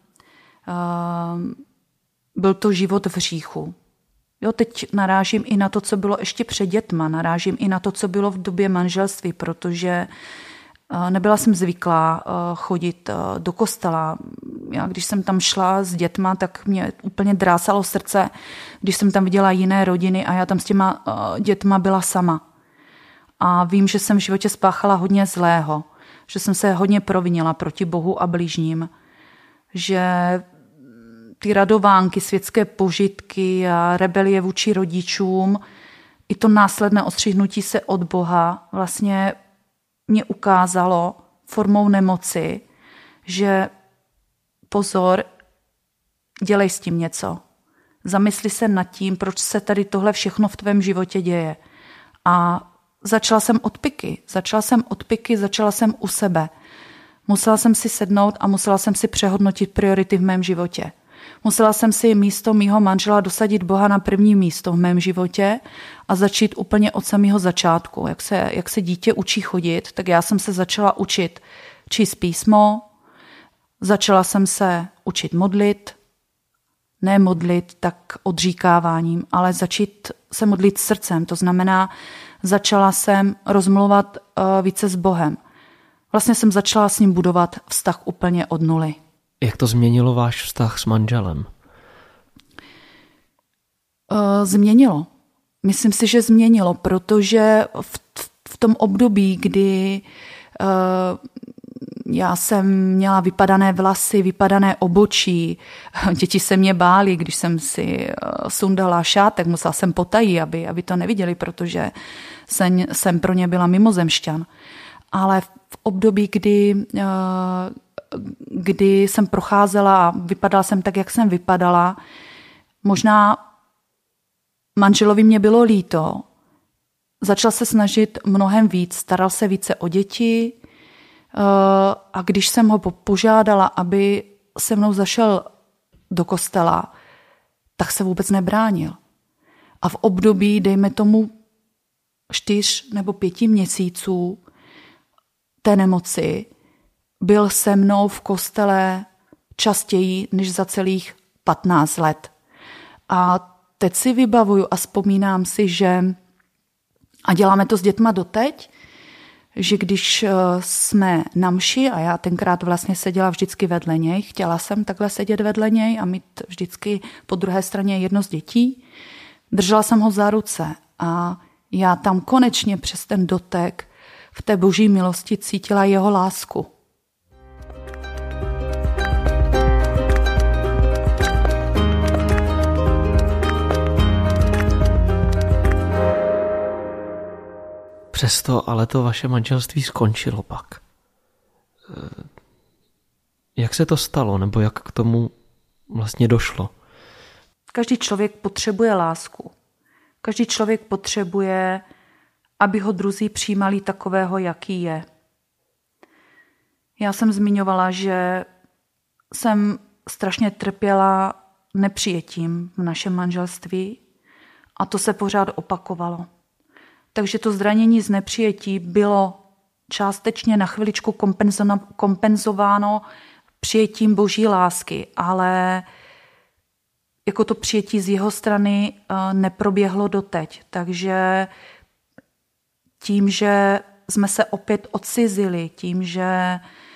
Speaker 3: byl to život v hříchu. Jo, teď narážím i na to, co bylo ještě před dětma, narážím i na to, co bylo v době manželství, protože nebyla jsem zvyklá chodit do kostela. Já, když jsem tam šla s dětma, tak mě úplně drásalo srdce, když jsem tam viděla jiné rodiny a já tam s těma dětma byla sama. A vím, že jsem v životě spáchala hodně zlého, že jsem se hodně provinila proti Bohu a bližním, že ty radovánky, světské požitky a rebelie vůči rodičům, i to následné odstřihnutí se od Boha vlastně mě ukázalo formou nemoci, že pozor, dělej s tím něco. Zamysli se nad tím, proč se tady tohle všechno v tvém životě děje. A začala jsem odpiky, začala jsem odpiky, začala jsem u sebe. Musela jsem si sednout a musela jsem si přehodnotit priority v mém životě. Musela jsem si místo mýho manžela dosadit Boha na první místo v mém životě a začít úplně od samého začátku. Jak se, jak se dítě učí chodit, tak já jsem se začala učit číst písmo, začala jsem se učit modlit, ne modlit tak odříkáváním, ale začít se modlit srdcem. To znamená, začala jsem rozmluvat uh, více s Bohem. Vlastně jsem začala s ním budovat vztah úplně od nuly.
Speaker 2: Jak to změnilo váš vztah s manželem?
Speaker 3: Změnilo. Myslím si, že změnilo, protože v, v tom období, kdy já jsem měla vypadané vlasy, vypadané obočí, děti se mě bály, když jsem si sundala šátek, musela jsem potají, aby, aby to neviděli, protože jsem, jsem pro ně byla mimozemšťan. Ale v období, kdy, kdy jsem procházela a vypadala jsem tak, jak jsem vypadala, možná manželovi mě bylo líto, začal se snažit mnohem víc, staral se více o děti a když jsem ho požádala, aby se mnou zašel do kostela, tak se vůbec nebránil. A v období, dejme tomu, čtyř nebo pěti měsíců té nemoci byl se mnou v kostele častěji než za celých patnáct let. A teď si vybavuju a vzpomínám si, že, a děláme to s dětma doteď, že když jsme na mši, a já tenkrát vlastně seděla vždycky vedle něj, chtěla jsem takhle sedět vedle něj a mít vždycky po druhé straně jedno z dětí, držela jsem ho za ruce a já tam konečně přes ten dotek v té boží milosti cítila jeho lásku.
Speaker 2: Přesto ale to vaše manželství skončilo pak. Jak se to stalo, nebo jak k tomu vlastně došlo?
Speaker 3: Každý člověk potřebuje lásku. Každý člověk potřebuje, aby ho druzí přijímali takového, jaký je. Já jsem zmiňovala, že jsem strašně trpěla nepřijetím v našem manželství a to se pořád opakovalo. Takže to zranění z nepřijetí bylo částečně na chviličku kompenzováno přijetím boží lásky, ale jako to přijetí z jeho strany neproběhlo doteď. Takže tím, že jsme se opět odcizili, tím, že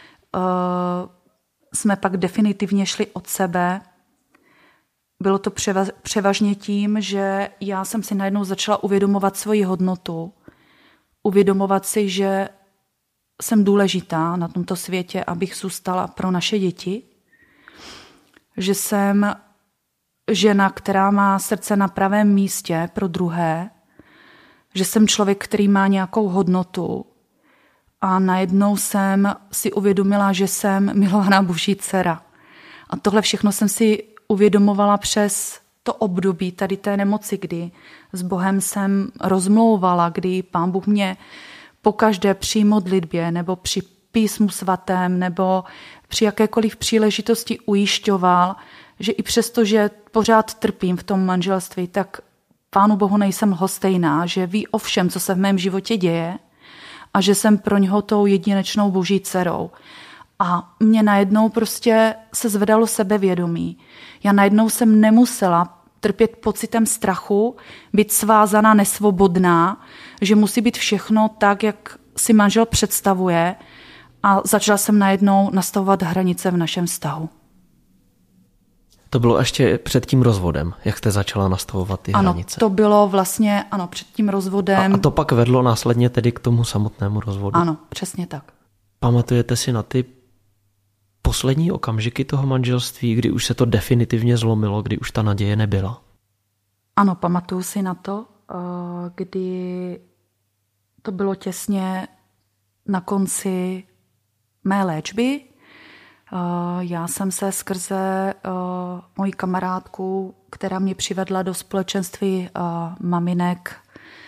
Speaker 3: jsme pak definitivně šli od sebe, bylo to převažně tím, že já jsem si najednou začala uvědomovat svoji hodnotu, uvědomovat si, že jsem důležitá na tomto světě, abych zůstala pro naše děti, že jsem žena, která má srdce na pravém místě pro druhé, že jsem člověk, který má nějakou hodnotu a najednou jsem si uvědomila, že jsem milovaná boží dcera. A tohle všechno jsem si uvědomovala přes to období tady té nemoci, kdy s Bohem jsem rozmlouvala, kdy Pán Bůh mě pokaždé při modlitbě nebo při písmu svatém nebo při jakékoliv příležitosti ujišťoval, že i přesto, že pořád trpím v tom manželství, tak Pánu Bohu nejsem lhostejná, že ví o všem, co se v mém životě děje a že jsem pro něho tou jedinečnou boží dcerou. A mě najednou prostě se zvedalo sebevědomí. Já najednou jsem nemusela trpět pocitem strachu, být svázaná, nesvobodná, že musí být všechno tak, jak si manžel představuje, a začala jsem najednou nastavovat hranice v našem vztahu.
Speaker 2: To bylo ještě před tím rozvodem, jak jste začala nastavovat ty
Speaker 3: ano,
Speaker 2: hranice?
Speaker 3: Ano, to bylo vlastně ano, před tím rozvodem.
Speaker 2: A, a to pak vedlo následně tedy k tomu samotnému rozvodu?
Speaker 3: Ano, přesně tak.
Speaker 2: Pamatujete si na ty poslední okamžiky toho manželství, kdy už se to definitivně zlomilo, kdy už ta naděje nebyla?
Speaker 3: Ano, pamatuju si na to, kdy to bylo těsně na konci mé léčby. Já jsem se skrze moji kamarádku, která mě přivedla do společenství maminek,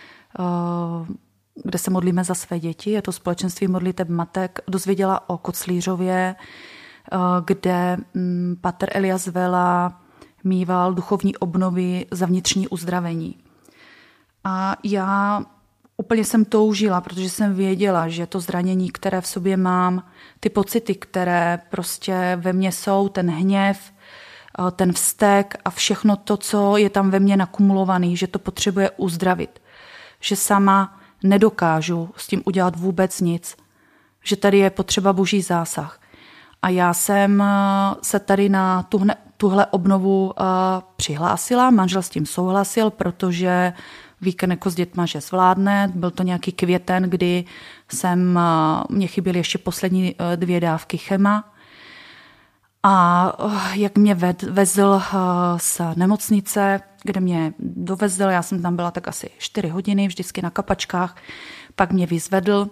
Speaker 3: kde se modlíme za své děti, je to společenství modliteb matek, dozvěděla o Koclířově, kde pater Elias Vela mýval duchovní obnovy za vnitřní uzdravení. A já úplně jsem toužila, protože jsem věděla, že to zranění, které v sobě mám, ty pocity, které prostě ve mně jsou, ten hněv, ten vztek a všechno to, co je tam ve mně nakumulovaný, že to potřebuje uzdravit. Že sama nedokážu s tím udělat vůbec nic. Že tady je potřeba boží zásah. A já jsem se tady na tuhle, tuhle obnovu přihlásila, manžel s tím souhlasil, protože víkend jako s dětma, že zvládne. Byl to nějaký květen, kdy jsem, mě chyběly ještě poslední dvě dávky chema. A jak mě ved, vezl z nemocnice, kde mě dovezl, já jsem tam byla tak asi čtyři hodiny, vždycky na kapačkách, pak mě vyzvedl.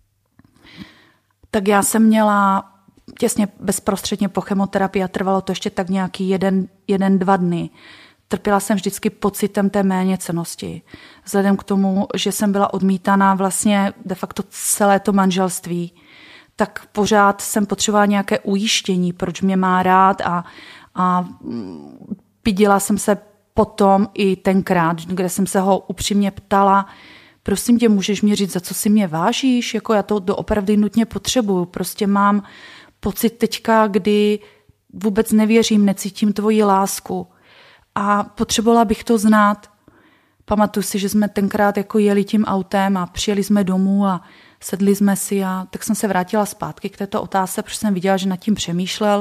Speaker 3: Tak já jsem měla těsně bezprostředně po chemoterapii a trvalo to ještě tak nějaký jeden, jeden, dva dny. Trpěla jsem vždycky pocitem té méněcennosti. Vzhledem k tomu, že jsem byla odmítaná vlastně de facto celé to manželství, tak pořád jsem potřebovala nějaké ujištění, proč mě má rád a, a pídila jsem se potom i tenkrát, kde jsem se ho upřímně ptala, prosím tě, můžeš mi říct, za co si mě vážíš? Jako já to opravdu nutně potřebuju. Prostě mám pocit teďka, kdy vůbec nevěřím, necítím tvoji lásku a potřebovala bych to znát. Pamatuju si, že jsme tenkrát jako jeli tím autem a přijeli jsme domů a sedli jsme si a tak jsem se vrátila zpátky k této otázce, protože jsem viděla, že nad tím přemýšlel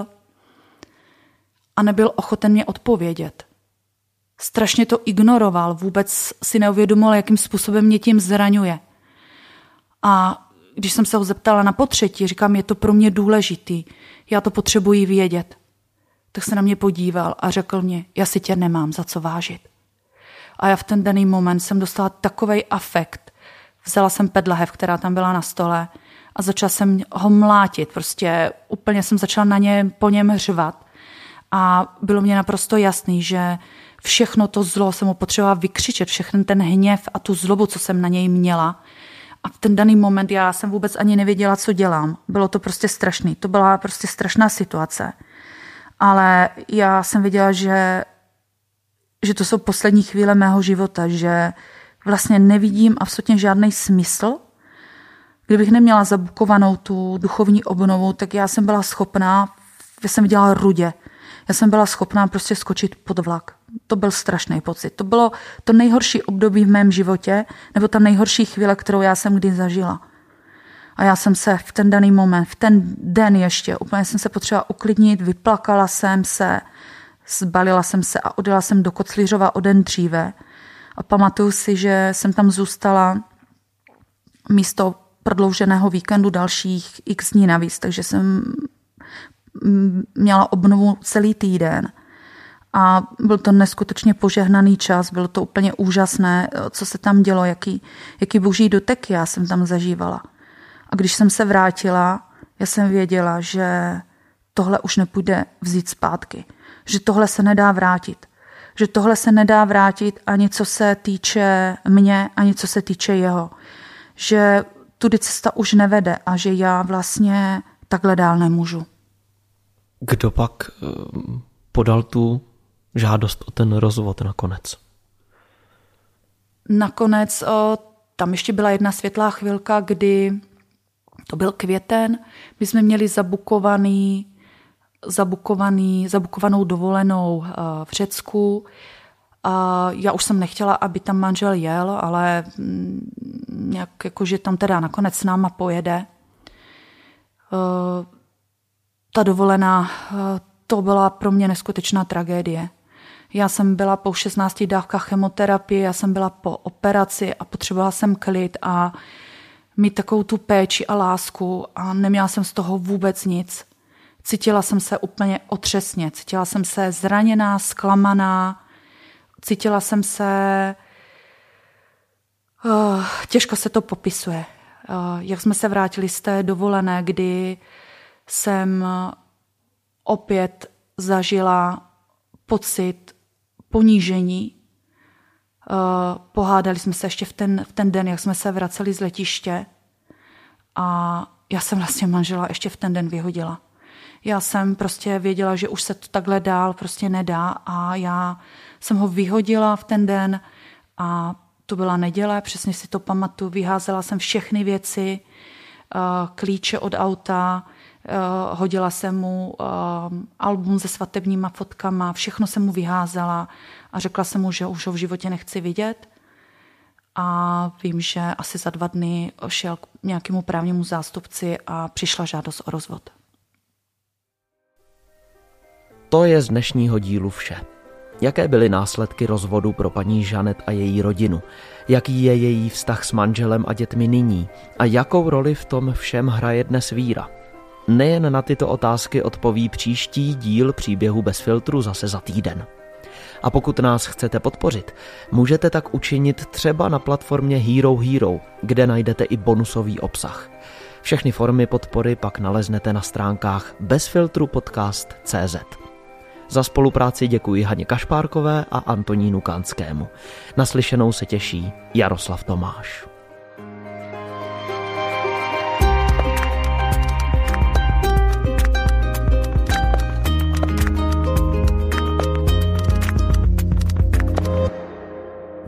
Speaker 3: a nebyl ochoten mě odpovědět. Strašně to ignoroval, vůbec si neuvědomil, jakým způsobem mě tím zraňuje. A když jsem se ho zeptala na potřetí, říkám, je to pro mě důležitý, já to potřebuji vědět. Tak se na mě podíval a řekl mě, já si tě nemám za co vážit. A já v ten daný moment jsem dostala takovej afekt. Vzala jsem pedlahev, která tam byla na stole a začala jsem ho mlátit. Prostě úplně jsem začala na ně, po něm řvat. A bylo mě naprosto jasný, že všechno to zlo jsem mu potřebovala vykřičet, všechny ten hněv a tu zlobu, co jsem na něj měla. A v ten daný moment já jsem vůbec ani nevěděla, co dělám. Bylo to prostě strašný. To byla prostě strašná situace. Ale já jsem věděla, že, že to jsou poslední chvíle mého života, že vlastně nevidím absolutně žádný smysl. Kdybych neměla zabukovanou tu duchovní obnovu, tak já jsem byla schopná, já jsem dělala rudě, já jsem byla schopná prostě skočit pod vlak. To byl strašný pocit. To bylo to nejhorší období v mém životě, nebo ta nejhorší chvíle, kterou já jsem kdy zažila. A já jsem se v ten daný moment, v ten den ještě, úplně jsem se potřebovala uklidnit, vyplakala jsem se, zbalila jsem se a odjela jsem do Koclířova o den dříve. A pamatuju si, že jsem tam zůstala místo prodlouženého víkendu dalších x dní navíc, takže jsem měla obnovu celý týden. A byl to neskutečně požehnaný čas, bylo to úplně úžasné, co se tam dělo, jaký, jaký boží doteky já jsem tam zažívala. A když jsem se vrátila, já jsem věděla, že tohle už nepůjde vzít zpátky, že tohle se nedá vrátit, že tohle se nedá vrátit ani co se týče mě, ani co se týče jeho, že tudy cesta už nevede a že já vlastně takhle dál nemůžu.
Speaker 2: Kdo pak podal tu žádost o ten rozvod nakonec?
Speaker 3: Nakonec o, tam ještě byla jedna světlá chvilka, kdy to byl květen, my jsme měli zabukovaný, zabukovaný, zabukovanou dovolenou v Řecku. A já už jsem nechtěla, aby tam manžel jel, ale nějak jakože tam teda nakonec s náma pojede. Ta dovolená, to byla pro mě neskutečná tragédie. Já jsem byla po šestnácti dávkách chemoterapie, já jsem byla po operaci a potřebovala jsem klid a mít takovou tu péči a lásku a neměla jsem z toho vůbec nic. Cítila jsem se úplně otřesně, cítila jsem se zraněná, zklamaná, cítila jsem se... Uh, těžko se to popisuje. Uh, jak jsme se vrátili z té dovolené, kdy jsem opět zažila pocit ponížení. Uh, pohádali jsme se ještě v ten, v ten den, jak jsme se vraceli z letiště a já jsem vlastně manžela ještě v ten den vyhodila. Já jsem prostě věděla, že už se to takhle dál prostě nedá a já jsem ho vyhodila v ten den a to byla neděle, přesně si to pamatuju, vyházela jsem všechny věci, klíče od auta, hodila jsem mu album se svatebníma fotkama, všechno jsem mu vyházela a řekla jsem mu, že už ho v životě nechci vidět. A vím, že asi za dva dny šel k nějakému právnímu zástupci a přišla žádost o rozvod.
Speaker 2: To je z dnešního dílu vše. Jaké byly následky rozvodu pro paní Žanet a její rodinu? Jaký je její vztah s manželem a dětmi nyní? A jakou roli v tom všem hraje dnes víra? Nejen na tyto otázky odpoví příští díl Příběhu bez filtru zase za týden. A pokud nás chcete podpořit, můžete tak učinit třeba na platformě Hero Hero, kde najdete i bonusový obsah. Všechny formy podpory pak naleznete na stránkách bezfiltrupodcast tečka cé zet. Za spolupráci děkuji Haně Kašpárkové a Antonínu Kánskému. Naslyšenou se těší Jaroslav Tomáš.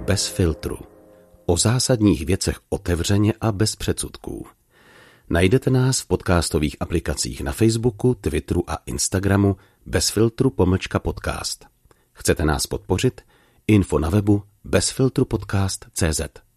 Speaker 1: Bez filtru. O zásadních věcech otevřeně a bez předsudků. Najdete nás v podcastových aplikacích na Facebooku, Twitteru a Instagramu bez filtru pomlčka podcast. Chcete nás podpořit? Info na webu bezfiltrupodcast tečka cé zet.